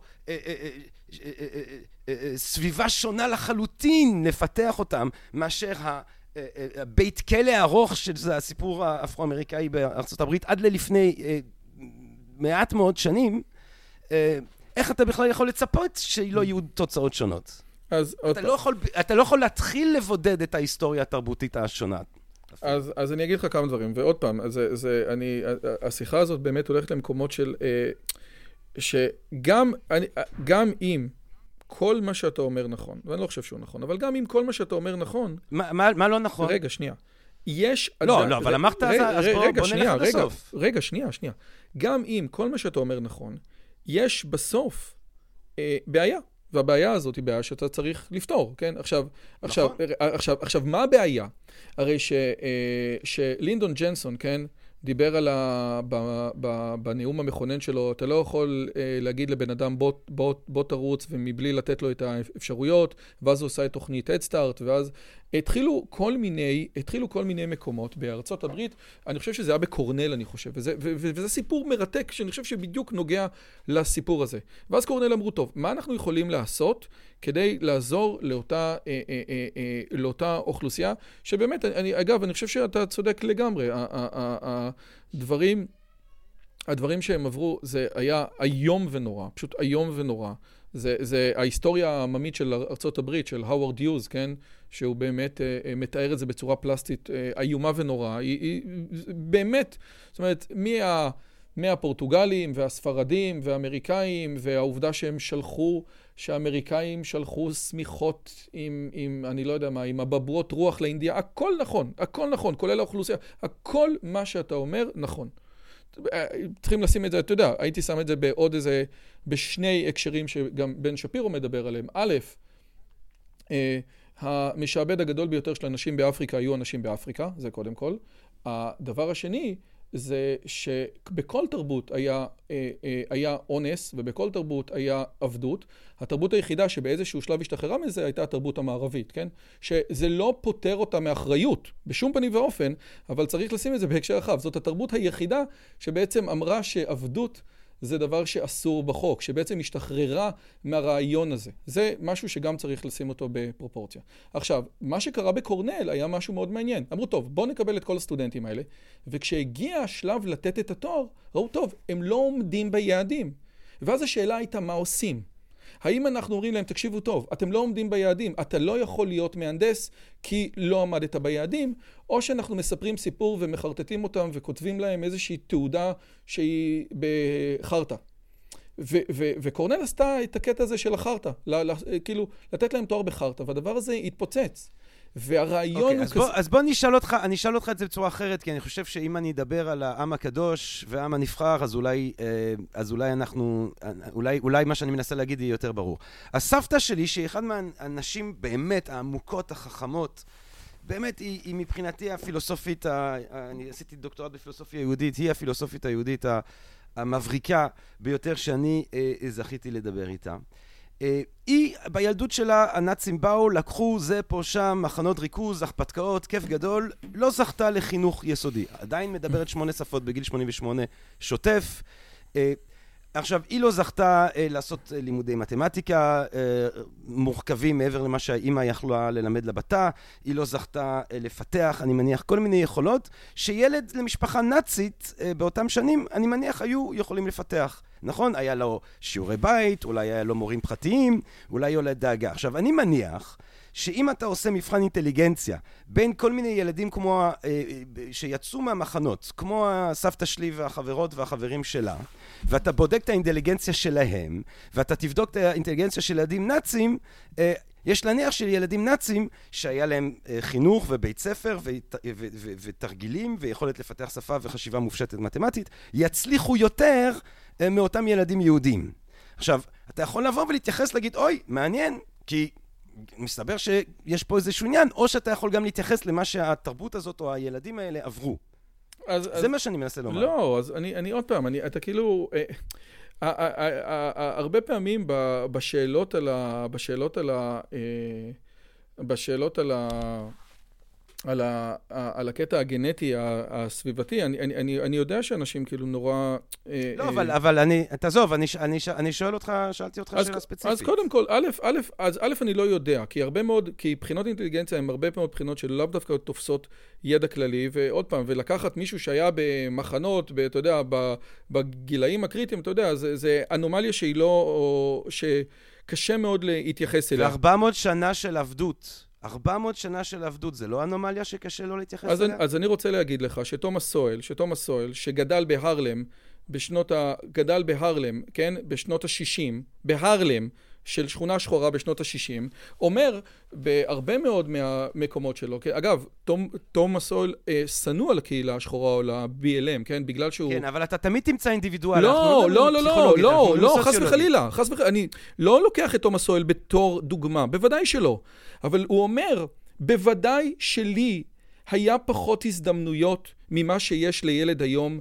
סביבה שונה לחלוטין לפתח אותם מאשר הבית כלא הארוך שזה הסיפור האפרו-אמריקאי בארצות הברית עד ללפני מעט מאוד שנים. איך אתה בכלל יכול לצפות שלא יהיו תוצאות שונות? אז אתה לא יכול, אתה לא יכול להתחיל לבודד את ההיסטוריה התרבותית השונה. אז, אז אני אגיד לך כמה דברים, ועוד פעם, זה, זה, אני, השיחה הזאת באמת הולכת למקומות של, שגם, אני, גם אם כל מה שאתה אומר נכון, ואני לא חושב שהוא נכון, אבל גם אם כל מה שאתה אומר נכון... מה, מה, מה לא נכון? רגע, שנייה. יש... לא, לא, אבל אמרת, אז בוא נלך לסוף. רגע, שנייה, שנייה. גם אם כל מה שאתה אומר נכון, יש בסוף בעיה. והבעיה הזאת היא בעיה שאתה צריך לפתור, כן? עכשיו, עכשיו, עכשיו, עכשיו, מה הבעיה? הרי ש, שלינדון ג'נסון, כן? דיבר על ה... ב... ב... בנאום המכונן שלו, אתה לא יכול אה, להגיד לבן אדם בוא, בוא, בוא תרוץ ומבלי לתת לו את האפשרויות, ואז הוא עושה את תוכנית Head Start, ואז התחילו כל מיני, התחילו כל מיני מקומות בארצות הברית, אני חושב שזה היה בקורנל, אני חושב, וזה, ו... ו... וזה סיפור מרתק, שאני חושב שבדיוק נוגע לסיפור הזה. ואז קורנל אמרו, טוב, מה אנחנו יכולים לעשות כדי לעזור לאותה, אה, אה, אה, אה, לאותה אוכלוסייה, שבאמת, אני, אגב, אני חושב שאתה צודק לגמרי, הדברים, הדברים שהם עברו, זה היה איום ונורא, פשוט איום ונורא. זה, זה ההיסטוריה העממית של ארצות הברית, של הווארד יוז, כן? שהוא באמת אה, מתאר את זה בצורה פלסטית אה, איומה ונורא. היא, היא, באמת, זאת אומרת, מי ה... מהפורטוגלים והספרדים והאמריקאים, והעובדה שהם שלחו, שהאמריקאים שלחו סמיכות עם, עם, אני לא יודע מה, עם הבברות רוח לאינדיה, הכל נכון, הכל נכון, כולל האוכלוסייה, הכל מה שאתה אומר נכון. צריכים לשים את זה, אתה יודע, הייתי שם את זה בעוד איזה, בשני הקשרים שגם בן שפירו מדבר עליהם. א', המשעבד הגדול ביותר של אנשים באפריקה היו אנשים באפריקה, זה קודם כל. הדבר השני, זה שבכל תרבות היה, היה אונס, ובכל תרבות היה עבדות. התרבות היחידה שבאיזשהו שלב השתחררה מזה הייתה התרבות המערבית, כן? שזה לא פותר אותה מאחריות, בשום פנים ואופן, אבל צריך לשים את זה בהקשר רחב. זאת התרבות היחידה שבעצם אמרה שעבדות זה דבר שאסור בחוק, שבעצם השתחררה מהרעיון הזה. זה משהו שגם צריך לשים אותו בפרופורציה. עכשיו, מה שקרה בקורנל היה משהו מאוד מעניין. אמרו, טוב, בואו נקבל את כל הסטודנטים האלה, וכשהגיע השלב לתת את התואר, ראו, טוב, הם לא עומדים ביעדים. ואז השאלה הייתה, מה עושים? האם אנחנו אומרים להם, תקשיבו טוב, אתם לא עומדים ביעדים, אתה לא יכול להיות מהנדס כי לא עמדת ביעדים, או שאנחנו מספרים סיפור ומחרטטים אותם וכותבים להם איזושהי תעודה שהיא בחרטה. וקורנל עשתה את הקטע הזה של החרטה, כאילו לתת להם תואר בחרטה, והדבר הזה התפוצץ. והרעיון הוא כזה... אז בוא נשאל אותך, אני אשאל אותך את זה בצורה אחרת, כי אני חושב שאם אני אדבר על העם הקדוש והעם הנבחר, אז אולי, אז אולי אנחנו, אולי, אולי מה שאני מנסה להגיד יהיה יותר ברור. הסבתא שלי, שהיא אחד מהאנשים באמת העמוקות, החכמות, באמת היא, היא מבחינתי הפילוסופית, אני עשיתי דוקטורט בפילוסופיה יהודית, היא הפילוסופית היהודית המבריקה ביותר שאני זכיתי לדבר איתה. היא, בילדות שלה, הנאצים באו, לקחו זה פה שם, מחנות ריכוז, הכפתקאות, כיף גדול, לא זכתה לחינוך יסודי. עדיין מדברת שמונה שפות בגיל שמונים ושמונה שוטף. עכשיו, היא לא זכתה לעשות לימודי מתמטיקה מורכבים מעבר למה שהאימא יכלה ללמד לבתה. היא לא זכתה לפתח, אני מניח, כל מיני יכולות שילד למשפחה נאצית באותם שנים, אני מניח, היו יכולים לפתח. נכון? היה לו שיעורי בית, אולי היה לו מורים פרטיים, אולי יולד דאגה. עכשיו, אני מניח שאם אתה עושה מבחן אינטליגנציה בין כל מיני ילדים כמו, שיצאו מהמחנות, כמו הסבתא שלי והחברות והחברים שלה, ואתה בודק את האינטליגנציה שלהם, ואתה תבדוק את האינטליגנציה של ילדים נאצים, יש להניח של ילדים נאצים שהיה להם חינוך ובית ספר ותרגילים ויכולת לפתח שפה וחשיבה מופשטת מתמטית, יצליחו יותר מאותם ילדים יהודים. עכשיו, אתה יכול לבוא ולהתייחס להגיד, אוי, מעניין, כי מסתבר שיש פה איזשהו עניין, או שאתה יכול גם להתייחס למה שהתרבות הזאת או הילדים האלה עברו. אז, זה אז, מה שאני מנסה לומר. לא, אז אני, אני עוד פעם, אני, אתה כאילו... הרבה פעמים בשאלות על ה... בשאלות על ה... בשאלות על ה... על, ה, על הקטע הגנטי הסביבתי, אני, אני, אני יודע שאנשים כאילו נורא... לא, אבל, אבל אני, תעזוב, אני, אני, אני שואל אותך, שאלתי אותך שאלה ספציפית. אז קודם כל, א', א', אז א', אני לא יודע, כי הרבה מאוד, כי בחינות אינטליגנציה הן הרבה מאוד בחינות שלאו דווקא תופסות ידע כללי, ועוד פעם, ולקחת מישהו שהיה במחנות, אתה יודע, בגילאים הקריטיים, אתה יודע, זה, זה אנומליה שהיא לא, או, שקשה מאוד להתייחס אליה. ו-ארבע מאות שנה של עבדות. ארבע מאות שנה של עבדות, זה לא אנומליה שקשה לא להתייחס אז אליה? אני, אז אני רוצה להגיד לך שתומאס סואל, שתומאס סואל, שגדל בהרלם, בשנות ה... גדל בהרלם, כן? בשנות ה-שישים, בהרלם, של שכונה שחורה בשנות ה-שישים, אומר בהרבה מאוד מהמקומות שלו, כן? אגב, תום, תומאס סואל אה, סנוע לקהילה השחורה או ל-בי אל אם, כן? בגלל שהוא... כן, אבל אתה תמיד תמצא אינדיבידואל. לא, לא, לא, לא, לא, לא, חס וחלילה, חס וחלילה. אני לא לוקח את תומאס סואל בתור דוגמה, בוודאי שלא. אבל הוא אומר, בוודאי שלי היה פחות הזדמנויות ממה שיש לילד היום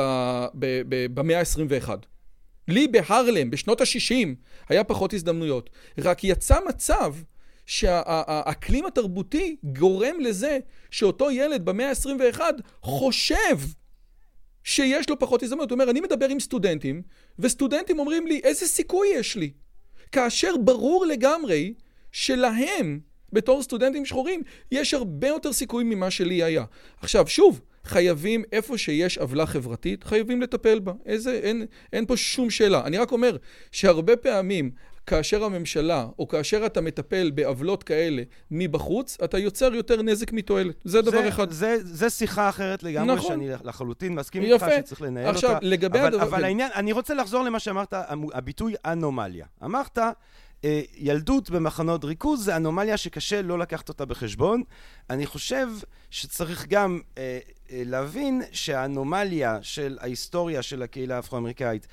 במאה ה-עשרים ואחת. לי בהרלם, בשנות ה-שישים, היה פחות הזדמנויות. רק יצא מצב שהאקלים התרבותי גורם לזה שאותו ילד במאה ה-עשרים ואחת חושב שיש לו פחות הזדמנויות. הוא אומר, אני מדבר עם סטודנטים, וסטודנטים אומרים לי, איזה סיכוי יש לי? כאשר ברור לגמרי שלהם, בתור סטודנטים שחורים, יש הרבה יותר סיכוי ממה שלי היה. עכשיו, שוב, חייבים, איפה שיש עוולה חברתית, חייבים לטפל בה. איזה, אין, אין פה שום שאלה. אני רק אומר שהרבה פעמים, כאשר הממשלה, או כאשר אתה מטפל בעוולות כאלה מבחוץ, אתה יוצר יותר נזק מתועלת. זה דבר זה, אחד. זה, זה שיחה אחרת לגמרי, נכון. שאני לחלוטין מסכים איתך שצריך לנהל עכשיו, אותה. לגבי אבל, הדבר... אבל כן. העניין, אני רוצה לחזור למה שאמרת, הביטוי אנומליה. אמרת, ילדות במחנות ריכוז זה אנומליה שקשה לא לקחת אותה בחשבון. אני חושב שצריך גם אה, אה, להבין שהאנומליה של ההיסטוריה של הקהילה האפרו-אמריקאית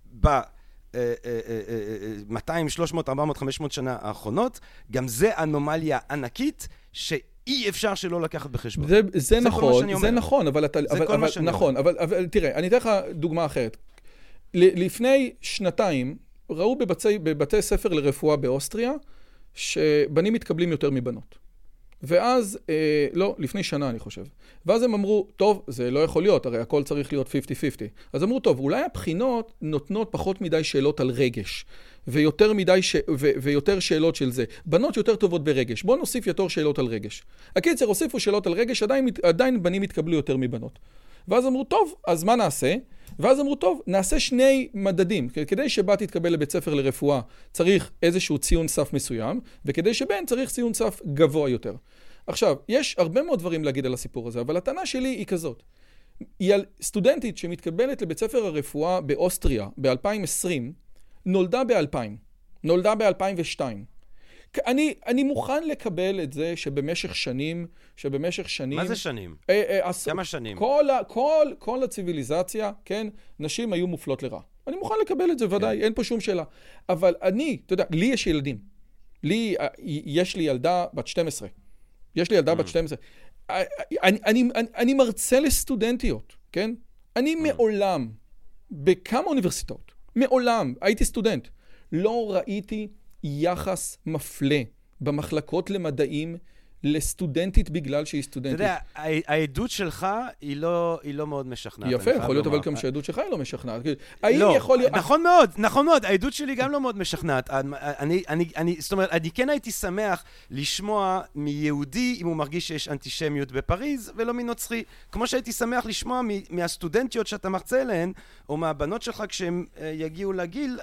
ב-מאתיים, שלוש מאות, ארבע מאות, חמש מאות שנה האחרונות, גם זה אנומליה ענקית שאי אפשר שלא לקחת בחשבון. זה, זה, זה נכון, זה נכון, אבל אתה... זה אבל, כל אבל, מה שאני נכון, אומר. אבל, אבל תראה, אני אתן לך דוגמה אחרת. לפני שנתיים, ראו בבתי, בבתי ספר לרפואה באוסטריה, שבנים מתקבלים יותר מבנות. ואז, אה, לא, לפני שנה אני חושב. ואז הם אמרו, טוב, זה לא יכול להיות, הרי הכל צריך להיות חמישים חמישים. אז אמרו, טוב, אולי הבחינות נותנות פחות מדי שאלות על רגש, ויותר מדי ש... ו... ויותר שאלות של זה. בנות יותר טובות ברגש. בואו נוסיף יותר שאלות על רגש. הקיצר, הוסיפו שאלות על רגש, עדיין, עדיין בנים יתקבלו יותר מבנות. ואז אמרו, טוב, אז מה נעשה? ואז אמרו, טוב, נעשה שני מדדים. כדי שבת יתקבל לבית ספר לרפואה, צריך איזשהו ציון סף מסוים, וכדי שבן צריך ציון סף גבוה יותר. עכשיו, יש הרבה מאוד דברים להגיד על הסיפור הזה, אבל הטענה שלי היא כזאת. היא על סטודנטית שמתקבלת לבית ספר הרפואה באוסטריה ב-אלפיים ועשרים, נולדה ב-אלפיים, נולדה ב-אלפיים ושתיים. אני, אני מוכן לקבל את זה שבמשך שנים, שבמשך שנים... מה זה שנים? אה, אה, עש... כמה שנים? כל, כל, כל הציביליזציה, כן, נשים היו מופלות לרע. אני מוכן לקבל את זה, ודאי, כן. אין פה שום שאלה. אבל אני, אתה יודע, לי יש ילדים. לי, יש לי ילדה בת שתים עשרה. יש לי ילדה בת שתים עשרה. אני, אני, אני, אני מרצה לסטודנטיות, כן? אני מעולם, בכמה אוניברסיטאות, מעולם, הייתי סטודנט, לא ראיתי יחס מפלה במחלקות למדעים לסטודנטית בגלל שהיא סטודנטית. אתה יודע, העדות שלך היא לא, היא לא מאוד משכנעת. יפה, יכול להיות אבל גם שהעדות שלך היא לא משכנעת. האם לא, יכול להיות... נכון מאוד, נכון מאוד, העדות שלי גם לא מאוד משכנעת. אני, אני, אני, זאת אומרת, אני כן הייתי שמח לשמוע מיהודי אם הוא מרגיש שיש אנטישמיות בפריז, ולא מנוצרי. כמו שהייתי שמח לשמוע מהסטודנטיות שאתה מרצה אליהן, או מהבנות שלך כשהם יגיעו לגיל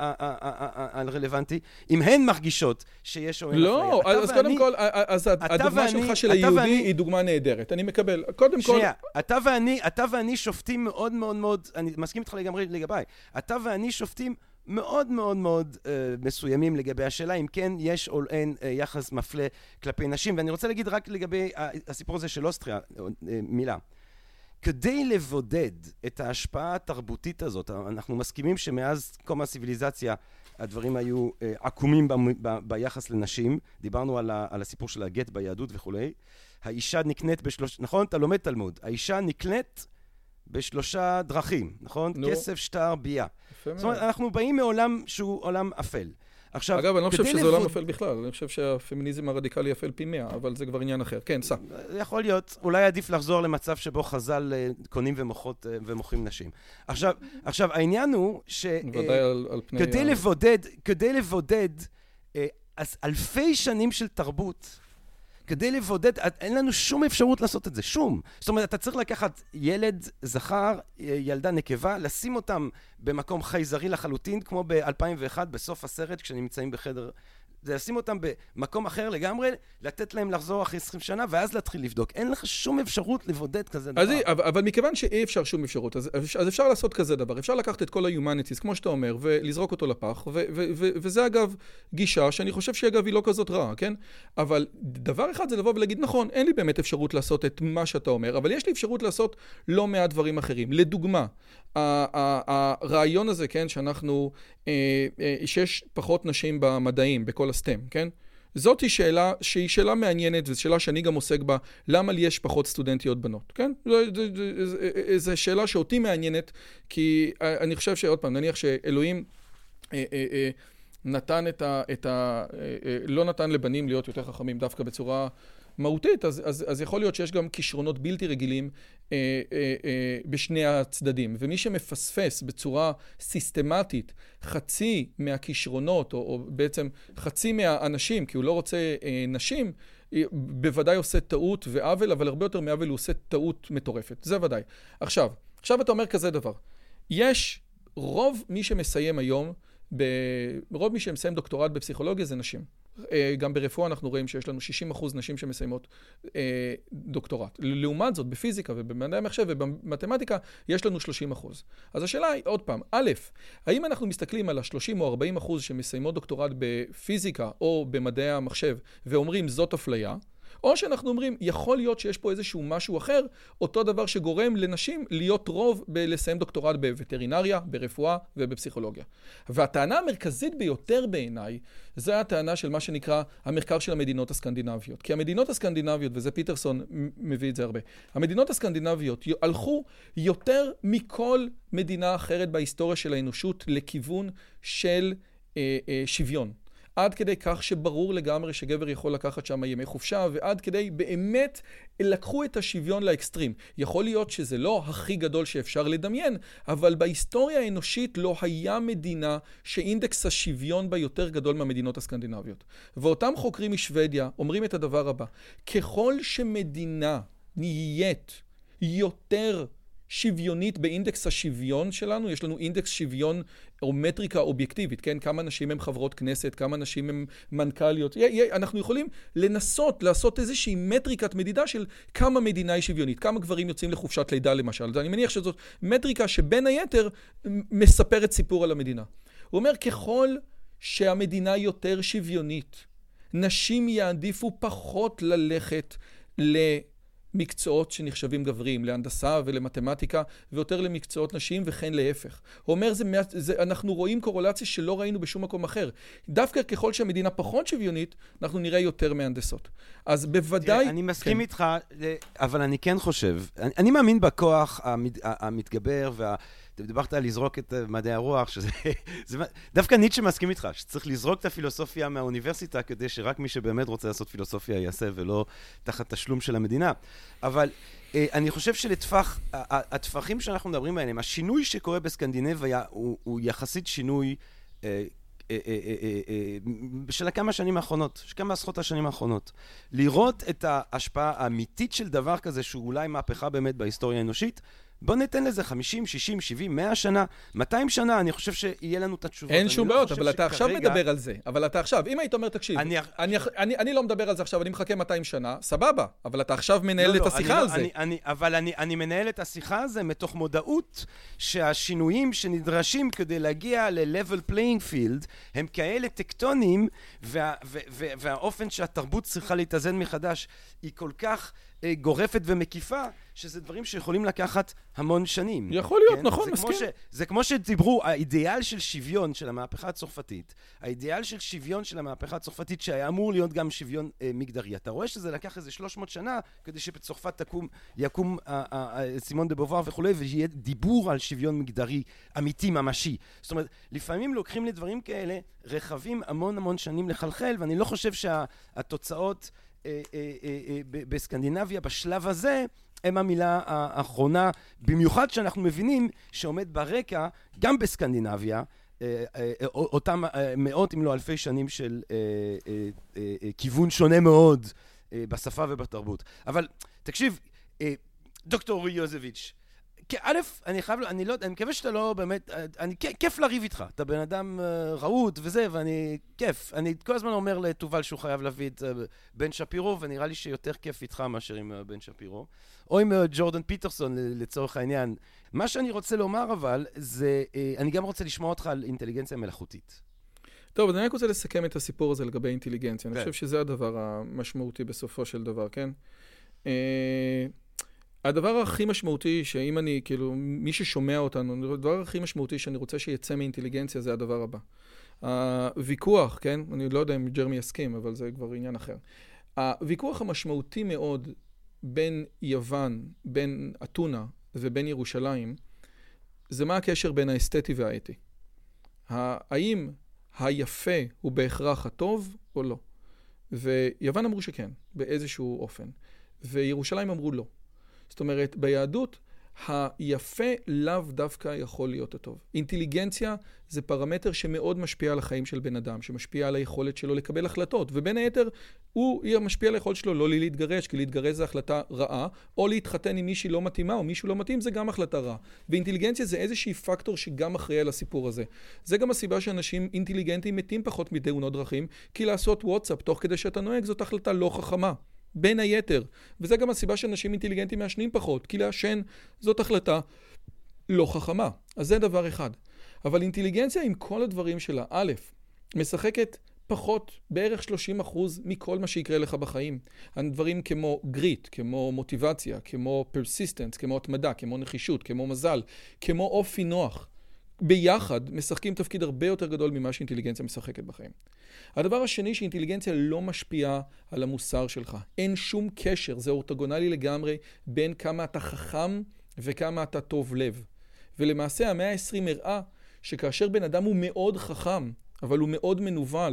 הרלוונטי, אם הן מרגישות שיש או אין אפליה. לא, אז קודם כל, אז הדוגמה שלך של היהודי היא דוגמה נהדרת. אני מקבל. קודם כל... שנייה, אתה ואני, אתה ואני שופטים מאוד מאוד מאוד, אני מסכים איתך לגמרי לגביי, אתה ואני שופטים מאוד מאוד מאוד uh, מסוימים לגבי השאלה, אם כן יש או אין uh, יחס מפלה כלפי נשים, ואני רוצה להגיד רק לגבי הסיפור הזה של אוסטריה, uh, מילה. כדי לבודד את ההשפעה התרבותית הזאת, אנחנו מסכימים שמאז קום הציביליזציה הדברים היו uh, עקומים ב- ב- ביחס לנשים, דיברנו על, ה- על הסיפור של הגט ביהדות וכולי, האישה נקנית בשלוש... נכון? אתה לומד תלמוד. האישה נקנית בשלושה דרכים, נכון? נו. כסף, שטר, בייה. זאת אומרת, אנחנו באים מעולם שהוא עולם אפל. עכשיו, אגב, אני לא חושב שזה לבוד... עולם אפל בכלל. אני חושב שהפמיניזם הרדיקלי אפל פי מאה, אבל זה כבר עניין אחר. כן, סע. יכול להיות. אולי עדיף לחזור למצב שבו חז"ל קונים ומוכות, ומוכרים נשים. עכשיו, עכשיו, העניין הוא ש... ודאי על, על פני... כדי לבודד, כדי לבודד אלפי שנים של תרבות, כדי לבודד, אין לנו שום אפשרות לעשות את זה, שום. זאת אומרת, אתה צריך לקחת ילד, זכר, ילדה נקבה, לשים אותם במקום חייזרי לחלוטין, כמו ב-אלפיים ואחת, בסוף הסרט, כשנמצאים בחדר, זה לשים אותם במקום אחר לגמרי, לתת להם לחזור אחרי עשרים שנה, ואז להתחיל לבדוק. אין לך שום אפשרות לבודד כזה דבר. אז, אבל, אבל מכיוון שאי אפשר שום אפשרות, אז, אז אפשר לעשות כזה דבר. אפשר לקחת את כל ה-humanities, כמו שאתה אומר, ולזרוק אותו לפח, ו, ו, ו, וזה אגב גישה, שאני חושב שאגב היא לא כזאת רעה, כן? אבל דבר אחד זה לבוא ולהגיד, נכון, אין לי באמת אפשרות לעשות את מה שאתה אומר, אבל יש לי אפשרות לעשות לא מעט דברים אחרים. לדוגמה, הרעיון הזה, כן, שאנחנו, שיש פחות נשים במדעים, בכל הסטם, כן? זאת היא שאלה שהיא שאלה מעניינת, וזו שאלה שאני גם עוסק בה, למה לי יש פחות סטודנטיות בנות, כן? זו שאלה שאותי מעניינת, כי אני חושב שעוד פעם, נניח שאלוהים נתן את ה... את ה לא נתן לבנים להיות יותר חכמים דווקא בצורה מהותית, אז, אז, אז יכול להיות שיש גם כישרונות בלתי רגילים אה, אה, אה, בשני הצדדים. ומי שמפספס בצורה סיסטמטית חצי מהכישרונות, או, או בעצם חצי מהאנשים, כי הוא לא רוצה אה, נשים, בוודאי עושה טעות ועוול, אבל הרבה יותר מעוול הוא עושה טעות מטורפת. זה ודאי. עכשיו, עכשיו אתה אומר כזה דבר. יש רוב מי שמסיים היום, ב... רוב מי שמסיים דוקטורט בפסיכולוגיה זה נשים. גם ברפואה אנחנו רואים שיש לנו שישים אחוז נשים שמסיימות אה, דוקטורט. לעומת זאת, בפיזיקה ובמדעי המחשב ובמתמטיקה, יש לנו שלושים אחוז. אז השאלה היא, עוד פעם, א', האם אנחנו מסתכלים על ה-שלושים או ארבעים אחוז שמסיימות דוקטורט בפיזיקה או במדעי המחשב ואומרים זאת אפליה, או שאנחנו אומרים, יכול להיות שיש פה איזשהו משהו אחר, אותו דבר שגורם לנשים להיות רוב בלסיים דוקטורט בווטרינריה, ברפואה ובפסיכולוגיה. והטענה המרכזית ביותר בעיניי, זה הטענה של מה שנקרא המחקר של המדינות הסקנדינביות. כי המדינות הסקנדינביות, וזה פיטרסון מביא את זה הרבה, המדינות הסקנדינביות הלכו יותר מכל מדינה אחרת בהיסטוריה של האנושות לכיוון של אה, אה, שוויון. עד כדי כך שברור לגמרי שגבר יכול לקחת שם ימי חופשה, ועד כדי באמת לקחו את השוויון לאקסטרים. יכול להיות שזה לא הכי גדול שאפשר לדמיין, אבל בהיסטוריה האנושית לא היה מדינה שאינדקס השוויון בה יותר גדול מהמדינות הסקנדינביות. ואותם חוקרים משוודיה אומרים את הדבר הבא, ככל שמדינה נהיית יותר שוויונית באינדקס השוויון שלנו, יש לנו אינדקס שוויון או מטריקה אובייקטיבית, כן? כמה נשים הם חברות כנסת, כמה נשים הם מנכ"ליות. אנחנו יכולים לנסות לעשות איזושהי מטריקת מדידה של כמה מדינה היא שוויונית, כמה גברים יוצאים לחופשת לידה למשל. אני מניח שזאת מטריקה שבין היתר מספרת סיפור על המדינה. הוא אומר, ככל שהמדינה יותר שוויונית, נשים יעדיפו פחות ללכת ל... מקצועות שנחשבים גבריים, להנדסה ולמתמטיקה, ויותר למקצועות נשים, וכן להפך. הוא אומר, זה, זה, אנחנו רואים קורולציה שלא ראינו בשום מקום אחר. דווקא ככל שהמדינה פחות שוויונית, אנחנו נראה יותר מהנדסות. אז בוודאי... אני מסכים כן. איתך, אבל אני כן חושב, אני, אני מאמין בכוח המת, המתגבר, וה... דיברת על לזרוק את מדעי הרוח, שזה... זה, דווקא ניטשה מסכים איתך, שצריך לזרוק את הפילוסופיה מהאוניברסיטה, כדי שרק מי שבאמת רוצה לעשות פילוסופיה יעשה, ולא תחת תשלום של המדינה. אבל אה, אני חושב שלטפח, הטפחים שאנחנו מדברים עליהם, השינוי שקורה בסקנדינביה הוא, הוא יחסית שינוי אה, אה, אה, אה, אה, של כמה שנים האחרונות, של כמה עשרות השנים האחרונות. לראות את ההשפעה האמיתית של דבר כזה, שהוא אולי מהפכה באמת בהיסטוריה האנושית, בוא ניתן לזה חמישים, שישים, שבעים, מאה שנה, מאתיים שנה, אני חושב שיהיה לנו את התשובות. אין שום בעיות, אבל אתה שכרגע... עכשיו מדבר על זה. אבל אתה עכשיו, אם היית אומר, תקשיב, אני... אני, אני, אני לא מדבר על זה עכשיו, אני מחכה מאתיים שנה, סבבה, אבל אתה עכשיו מנהל לא, את לא, השיחה אני על לא, זה. אני, אני, אבל אני, אני מנהל את השיחה הזה מתוך מודעות שהשינויים שנדרשים כדי להגיע ל-level playing field הם כאלה טקטונים, וה, וה, וה, והאופן שהתרבות צריכה להתאזן מחדש היא כל כך גורפת ומקיפה, שזה דברים שיכולים לקחת המון שנים. יכול להיות, כן? נכון, זה מסכים. כמו ש, זה כמו שדיברו, האידיאל של שוויון של המהפכה הצרפתית, האידיאל של שוויון של המהפכה הצרפתית, שהיה אמור להיות גם שוויון אה, מגדרי. אתה רואה שזה לקח איזה שלוש מאות שנה, כדי שבצרפת תקום, יקום אה, אה, אה, סימון דה בובואר וכו', ויהיה דיבור על שוויון מגדרי אמיתי, ממשי. זאת אומרת, לפעמים לוקחים לדברים כאלה, רחבים המון המון שנים לחלחל, ואני לא חושב שהתוצאות אה, אה, אה, בסקנדינביה בשלב הזה הם המילה האחרונה, במיוחד שאנחנו מבינים שעומד ברקע גם בסקנדינביה אותם מאות אם לא אלפי שנים של כיוון שונה מאוד בשפה ובתרבות. אבל תקשיב, דוקטור אורי יוזביץ', א', אני חייב, אני לא, אני מקווה שאתה לא באמת, אני, כיף לריב איתך, אתה בן אדם רהוט וזה, ואני, כיף. אני כל הזמן אומר לתובל שהוא חייב להביא את בן שפירו, ונראה לי שיותר כיף איתך מאשר עם בן שפירו, או עם ג'ורדן פיטרסון לצורך העניין. מה שאני רוצה לומר אבל, זה, אני גם רוצה לשמוע אותך על אינטליגנציה מלאכותית. טוב, אז אני רק רוצה לסכם את הסיפור הזה לגבי אינטליגנציה. אני חושב שזה הדבר המשמעותי בסופו של דבר, כן? הדבר הכי משמעותי, שאם אני, כאילו, מי ששומע אותנו, הדבר הכי משמעותי שאני רוצה שיצא מאינטליגנציה, זה הדבר הבא. הוויכוח, כן? אני לא יודע אם ג'רמי יסכים, אבל זה כבר עניין אחר. הוויכוח המשמעותי מאוד בין יוון, בין אתונה ובין ירושלים, זה מה הקשר בין האסתטי והאתי. האם היפה הוא בהכרח הטוב או לא? ויוון אמרו שכן, באיזשהו אופן. וירושלים אמרו לא. זאת אומרת, ביהדות, היפה לאו דווקא יכול להיות הטוב. אינטליגנציה זה פרמטר שמאוד משפיע על החיים של בן אדם, שמשפיע על היכולת שלו לקבל החלטות, ובין היתר, הוא משפיע על היכולת שלו לא להתגרש, כי להתגרש זה החלטה רעה, או להתחתן עם מישהי לא מתאימה, או מישהו לא מתאים, זה גם החלטה רעה. ואינטליגנציה זה איזושהי פקטור שגם אחראי על הסיפור הזה. זה גם הסיבה שאנשים אינטליגנטים מתים פחות מתאונות דרכים, כי לעשות וואטסאפ תוך כדי שאתה נוהג זאת החלטה לא חכמה. בין היתר. וזה גם הסיבה שאנשים אינטליגנטים מעשנים פחות, כי לעשן זאת החלטה לא חכמה. אז זה דבר אחד. אבל אינטליגנציה עם כל הדברים שלה, א', משחקת פחות, בערך שלושים אחוז מכל מה שיקרה לך בחיים. הדברים כמו גריט, כמו מוטיבציה, כמו פרסיסטנס, כמו התמדה, כמו נחישות, כמו מזל, כמו אופי נוח. ביחד משחקים תפקיד הרבה יותר גדול ממה שאינטליגנציה משחקת בחיים. הדבר השני שאינטליגנציה לא משפיעה על המוסר שלך. אין שום קשר, זה אורתוגונלי לגמרי בין כמה אתה חכם וכמה אתה טוב לב. ולמעשה המאה ה-עשרים הראה שכאשר בן אדם הוא מאוד חכם, אבל הוא מאוד מנוול,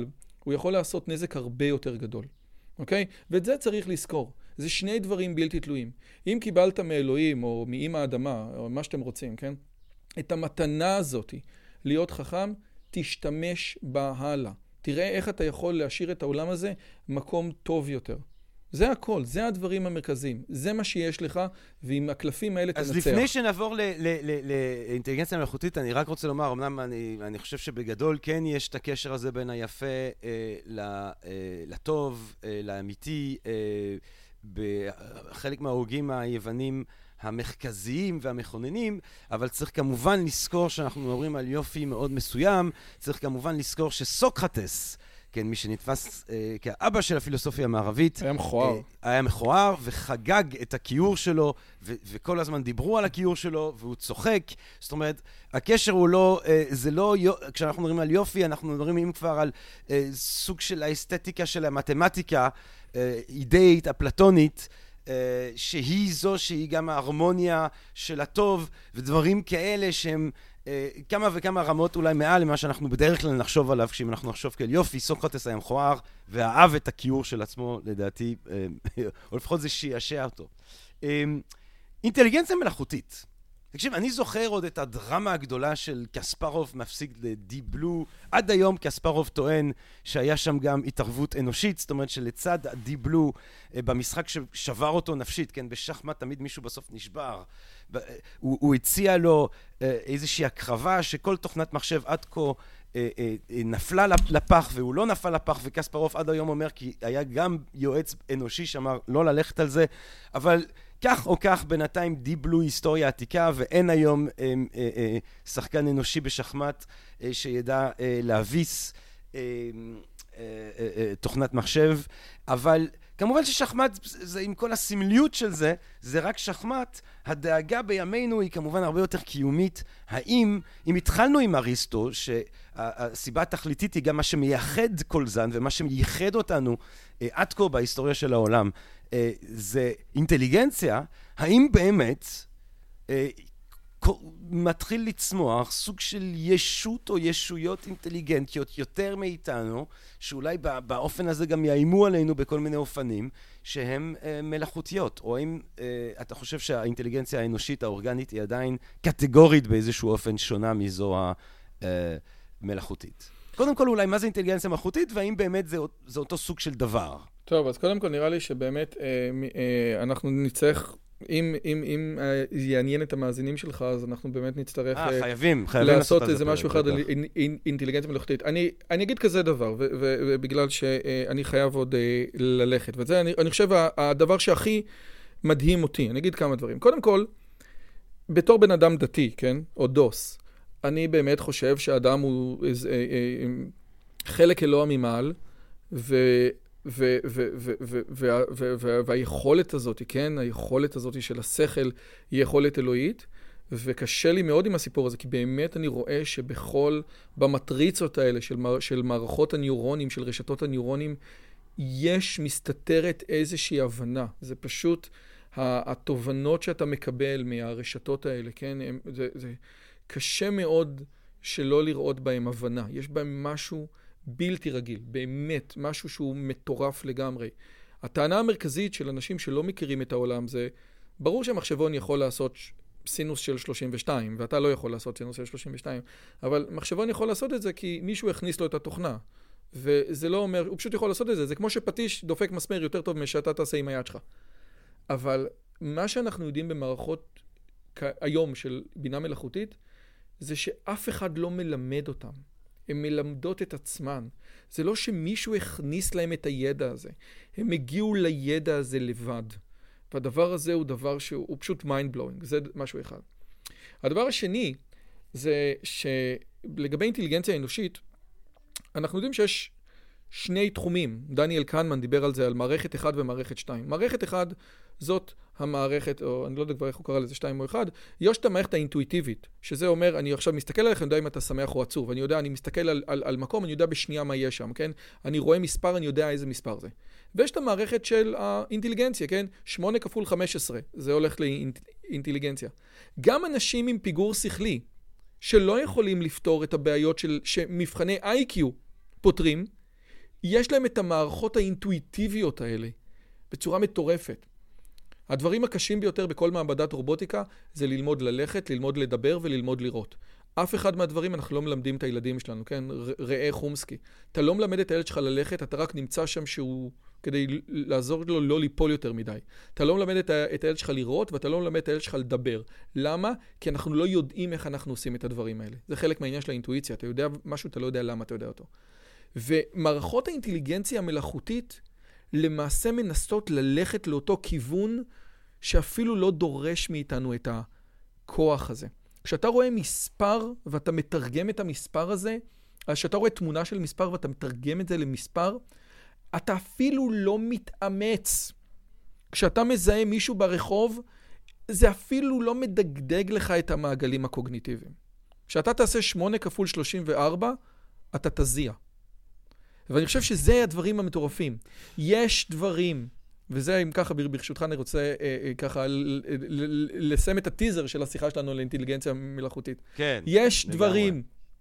הוא יכול לעשות נזק הרבה יותר גדול. אוקיי? ואת זה צריך לזכור. זה שני דברים בלתי תלויים. אם קיבלת מאלוהים או מאמא האדמה, או מה שאתם רוצים, כן? את המתנה הזאת, להיות חכם, תשתמש בה הלאה. תראה איך אתה יכול להשאיר את העולם הזה מקום טוב יותר. זה הכל, זה הדברים המרכזיים. זה מה שיש לך, ועם הקלפים האלה תנצח. אז לפני שנעבור לאינטליגנציה מלאכותית, אני רק רוצה לומר, אמנם אני, אני חושב שבגדול כן יש את הקשר הזה בין היפה אה, לטוב, אה, לאמיתי, אה, בחלק מההוגים היוונים המרכזיים והמכוננים, אבל צריך כמובן לזכור שאנחנו מדברים על יופי מאוד מסוים, צריך כמובן לזכור שסוקרטס, כן, מי שנתפס אה, כאבא של הפילוסופיה המערבית, היה מכוער. אה, היה מכוער וחגג את הכיור שלו, ו- וכל הזמן דיברו על הכיור שלו, והוא צוחק. זאת אומרת, הקשר הוא לא, אה, זה לא, כשאנחנו מדברים על יופי, אנחנו מדברים אם כבר על אה, סוג של האסתטיקה של המתמטיקה, אה, אידאית, הפלטונית, אה, שהיא זו שהיא גם ההרמוניה של הטוב, ודברים כאלה שהם כמה וכמה רמות אולי מעל למה שאנחנו בדרך כלל נחשוב עליו, כשאם אנחנו נחשוב כאל יופי, סוקרטס היה מכוער ואהב את הכיעור של עצמו, לדעתי, או לפחות זה שישע אותו. אינטליגנציה מלאכותית. תקשיב, אני זוכר עוד את הדרמה הגדולה של קספרוב מפסיק לדי בלו. עד היום קספרוב טוען שהיה שם גם התערבות אנושית, זאת אומרת שלצד די בלו במשחק ששבר אותו נפשית, כן, בשחמט תמיד מישהו בסוף נשבר. הוא, הוא הציע לו איזושהי הקרבה שכל תוכנת מחשב עד כה נפלה לפח והוא לא נפל לפח, וקספרוב עד היום אומר כי היה גם יועץ אנושי שאמר לא ללכת על זה, אבל כך או כך בינתיים די בלו היסטוריה עתיקה, ואין היום אה, אה, אה, שחקן אנושי בשחמט אה, שידע אה, להביס אה, אה, אה, אה, תוכנת מחשב, אבל כמובן ששחמט זה עם כל הסמליות של זה, זה רק שחמט. הדאגה בימינו היא כמובן הרבה יותר קיומית. האם, אם התחלנו עם אריסטו, שהסיבה התכליתית היא גם מה שמייחד כל זן ומה שמייחד אותנו אה, עד כה בהיסטוריה של העולם, אה, זה אינטליגנציה, האם באמת אה, מתחיל לצמוח סוג של ישות או ישויות אינטליגנטיות יותר מאיתנו, שאולי באופן הזה גם יאיימו עלינו בכל מיני אופנים, שהן אה, מלאכותיות, או האם אה, אתה חושב שהאינטליגנציה האנושית האורגנית היא עדיין קטגורית באיזשהו אופן שונה מזו המלאכותית? קודם כל אולי מה זה אינטליגנציה מלאכותית, והאם באמת זה, זה אותו סוג של דבר? טוב, אז קודם כל נראה לי שבאמת אה, אה, אנחנו נצטרך, אם, אם, אם אה, יעניין את המאזינים שלך, אז אנחנו באמת נצטרך אה, חייבים, חייבים לעשות איזה משהו אחד על אינ, אינ, אינטליגנציה מלאכותית. אני, אני אגיד כזה דבר, ו, ו, ובגלל שאני חייב עוד אה, ללכת, וזה אני, אני חושב הדבר שהכי מדהים אותי, אני אגיד כמה דברים. קודם כל, בתור בן אדם דתי, כן, או דוס, אני באמת חושב שהאדם הוא איז, אה, אה, חלק אלוה ממעל, ו... והיכולת הזאת, כן, היכולת הזאת של השכל היא יכולת אלוהית, וקשה לי מאוד עם הסיפור הזה, כי באמת אני רואה שבכל, במטריצות האלה של, של מערכות הניורונים, של רשתות הניורונים, יש מסתתרת איזושהי הבנה. זה פשוט התובנות שאתה מקבל מהרשתות האלה, כן, זה, זה קשה מאוד שלא לראות בהם הבנה. יש בהם משהו בלתי רגיל, באמת, משהו שהוא מטורף לגמרי. הטענה המרכזית של אנשים שלא מכירים את העולם זה, ברור שהמחשבון יכול לעשות סינוס של שלושים ושתיים, ואתה לא יכול לעשות סינוס של שלושים ושתיים, אבל מחשבון יכול לעשות את זה כי מישהו הכניס לו את התוכנה, וזה לא אומר, הוא פשוט יכול לעשות את זה, זה כמו שפטיש דופק מסמר יותר טוב משאתה תעשה עם היד שלך. אבל מה שאנחנו יודעים במערכות היום של בינה מלאכותית, זה שאף אחד לא מלמד אותם. הן מלמדות את עצמן. זה לא שמישהו הכניס להם את הידע הזה. הם הגיעו לידע הזה לבד. והדבר הזה הוא דבר שהוא פשוט mind blowing. זה משהו אחד. הדבר השני זה שלגבי אינטליגנציה האנושית, אנחנו יודעים שיש שני תחומים. דניאל קנמן דיבר על זה, על מערכת אחד ומערכת שתיים. מערכת אחד זאת המערכת, או אני לא יודע כבר איך הוא קרא לזה, שתיים או אחד, יש את המערכת האינטואיטיבית, שזה אומר, אני עכשיו מסתכל עליך, אני יודע אם אתה שמח או עצוב, אני יודע, אני מסתכל על, על, על מקום, אני יודע בשנייה מה יש שם, כן? אני רואה מספר, אני יודע איזה מספר זה. ויש את המערכת של האינטליגנציה, כן? שמונה כפול חמש עשרה, זה הולך לאינטליגנציה. גם אנשים עם פיגור שכלי, שלא יכולים לפתור את הבעיות של, שמבחני איי קיו פותרים, יש להם את המערכות האינטואיטיביות האלה, בצורה מטורפת. הדברים הקשים ביותר בכל מעבדת רובוטיקה, זה ללמוד ללכת, ללמוד לדבר וללמוד לראות. אף אחד מהדברים אנחנו לא מלמדים את הילדים שלנו, כן? ראה חומסקי. אתה לא מלמד את הילד שלך ללכת, אתה רק נמצא שם שהוא, כדי לעזור לו לא ליפול יותר מדי. אתה לא מלמד את, ה... את הילד שלך לראות, ואתה לא מלמד את הילד שלך לדבר. למה? כי אנחנו לא יודעים איך אנחנו עושים את הדברים האלה. זה חלק מהעניין של האינטואיציה. אתה יודע משהו, אתה לא יודע למה אתה יודע אותו. ומערכות האינטליגנציה המלאכותית, למעשה מנסות ללכת לאותו כיוון, שאפילו לא דורש מאיתנו את הכוח הזה. כשאתה רואה מספר ואתה מתרגם את המספר הזה, אז כשאתה רואה תמונה של מספר ואתה מתרגם את זה למספר, אתה אפילו לא מתאמץ. כשאתה מזהה מישהו ברחוב, זה אפילו לא מדגדג לך את המעגלים הקוגניטיביים. כשאתה תעשה שמונה כפול שלושים וארבע, אתה תזיע. ואני חושב שזה הדברים המטורפים. יש דברים, וזה אם ככה ברשותך אני רוצה אה, אה, ככה לסיים את הטיזר של השיחה שלנו לאינטליגנציה מלאכותית. כן. יש דברים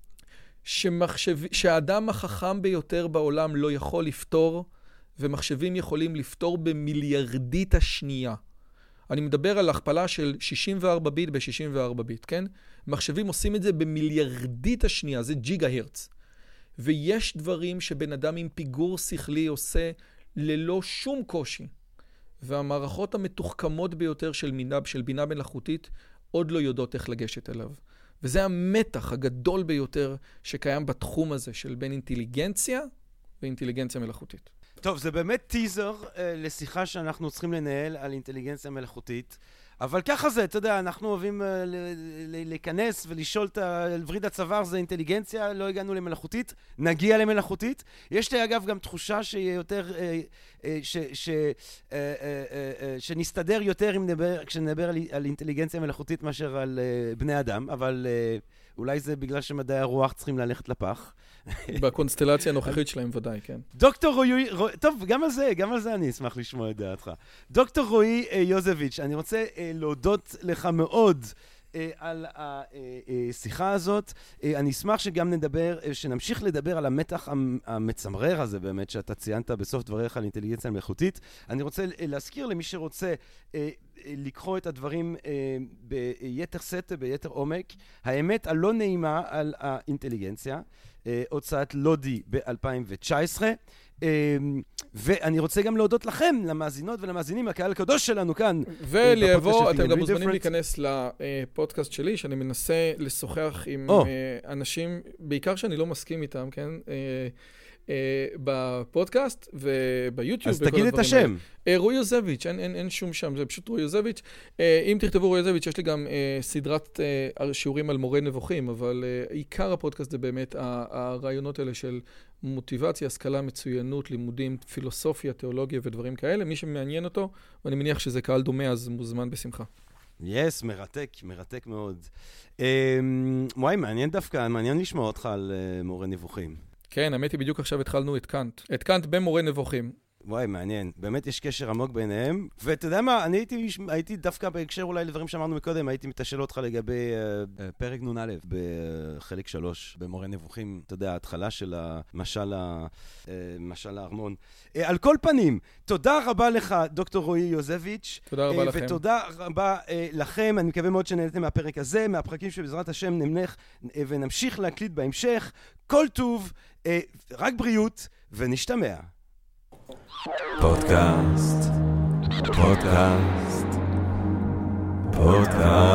שמחשב, שהאדם החכם ביותר בעולם לא יכול לפתור, ומחשבים יכולים לפתור במיליארדית השנייה. אני מדבר על הכפלה של שישים וארבע ביט ב-שישים וארבע ביט, כן? מחשבים עושים את זה במיליארדית השנייה, זה ג'יגה הרץ. ויש דברים שבן אדם עם פיגור שכלי עושה ללא שום קושי. והמערכות המתוחכמות ביותר של בינה, של בינה מלאכותית עוד לא יודעות איך לגשת אליו. וזה המתח הגדול ביותר שקיים בתחום הזה של בין אינטליגנציה ואינטליגנציה מלאכותית. טוב, זה באמת טיזר אה, לשיחה שאנחנו צריכים לנהל על אינטליגנציה מלאכותית. אבל ככה זה, אתה יודע, אנחנו אוהבים uh, להיכנס ולשאול את וריד הצוואר, זה אינטליגנציה, לא הגענו למלאכותית, נגיע למלאכותית. יש לי אגב גם תחושה שיהיה יותר, uh, uh, ש, ש, uh, uh, uh, uh, שנסתדר יותר אם נדבר, כשנדבר על, על אינטליגנציה מלאכותית מאשר על uh, בני אדם, אבל uh, אולי זה בגלל שמדעי הרוח צריכים ללכת לפח. בקונסטלציה הנוכחית שלהם ודאי, כן. דוקטור רועי, טוב, גם על זה, גם על זה אני אשמח לשמוע את דעתך. דוקטור רועי יוזביץ', אני רוצה להודות לך מאוד על השיחה הזאת. אני אשמח שגם נדבר, שנמשיך לדבר על המתח המצמרר הזה באמת, שאתה ציינת בסוף דבריך על אינטליגנציה מלאכותית. אני רוצה להזכיר למי שרוצה לקחו את הדברים ביתר סט, ביתר עומק, האמת הלא נעימה על האינטליגנציה, הוצאת לודי ב-אלפיים תשע עשרה, ואני רוצה גם להודות לכם, למאזינות ולמאזינים, הקהל הקדוש שלנו כאן. וליבוא, אתם גם מוזמנים להיכנס לפודקאסט שלי, שאני מנסה לשוחח עם אנשים, בעיקר שאני לא מסכים איתם, כן? בפודקאסט וביוטיוב. אז תגיד את השם. רועי יוזביץ', אין, אין, אין שום שם, זה פשוט רועי יוזביץ'. אם תכתבו רועי יוזביץ', יש לי גם סדרת שיעורים על מורה נבוכים, אבל עיקר הפודקאסט זה באמת הרעיונות האלה של מוטיבציה, השכלה, מצוינות, לימודים, פילוסופיה, תיאולוגיה ודברים כאלה. מי שמעניין אותו, ואני מניח שזה קהל דומה, אז מוזמן בשמחה. יס, מרתק, מרתק מאוד. וואי, מעניין דווקא, מעניין לשמוע אותך על מורה נבוכים. כן, האמת היא בדיוק עכשיו התחלנו את קאנט. את קאנט במורה נבוכים. וואי, מעניין. באמת יש קשר עמוק ביניהם. ואתה יודע מה, אני הייתי, הייתי דווקא בהקשר אולי לדברים שאמרנו מקודם, הייתי מתשאל אותך לגבי uh, פרק נון א' בחלק שלוש, במורה נבוכים, אתה יודע, ההתחלה של המשל, uh, משל הארמון. Uh, על כל פנים, תודה רבה לך, דוקטור רועי יוזביץ'. תודה רבה uh, לכם. ותודה רבה uh, לכם. אני מקווה מאוד שנהנתם מהפרק הזה, מהפרקים שבעזרת השם נמלך uh, ונמשיך להקליט בהמשך. כל טוב, uh, רק בריאות, ונשתמע. פודקאסט, פודקאסט, פודקאסט.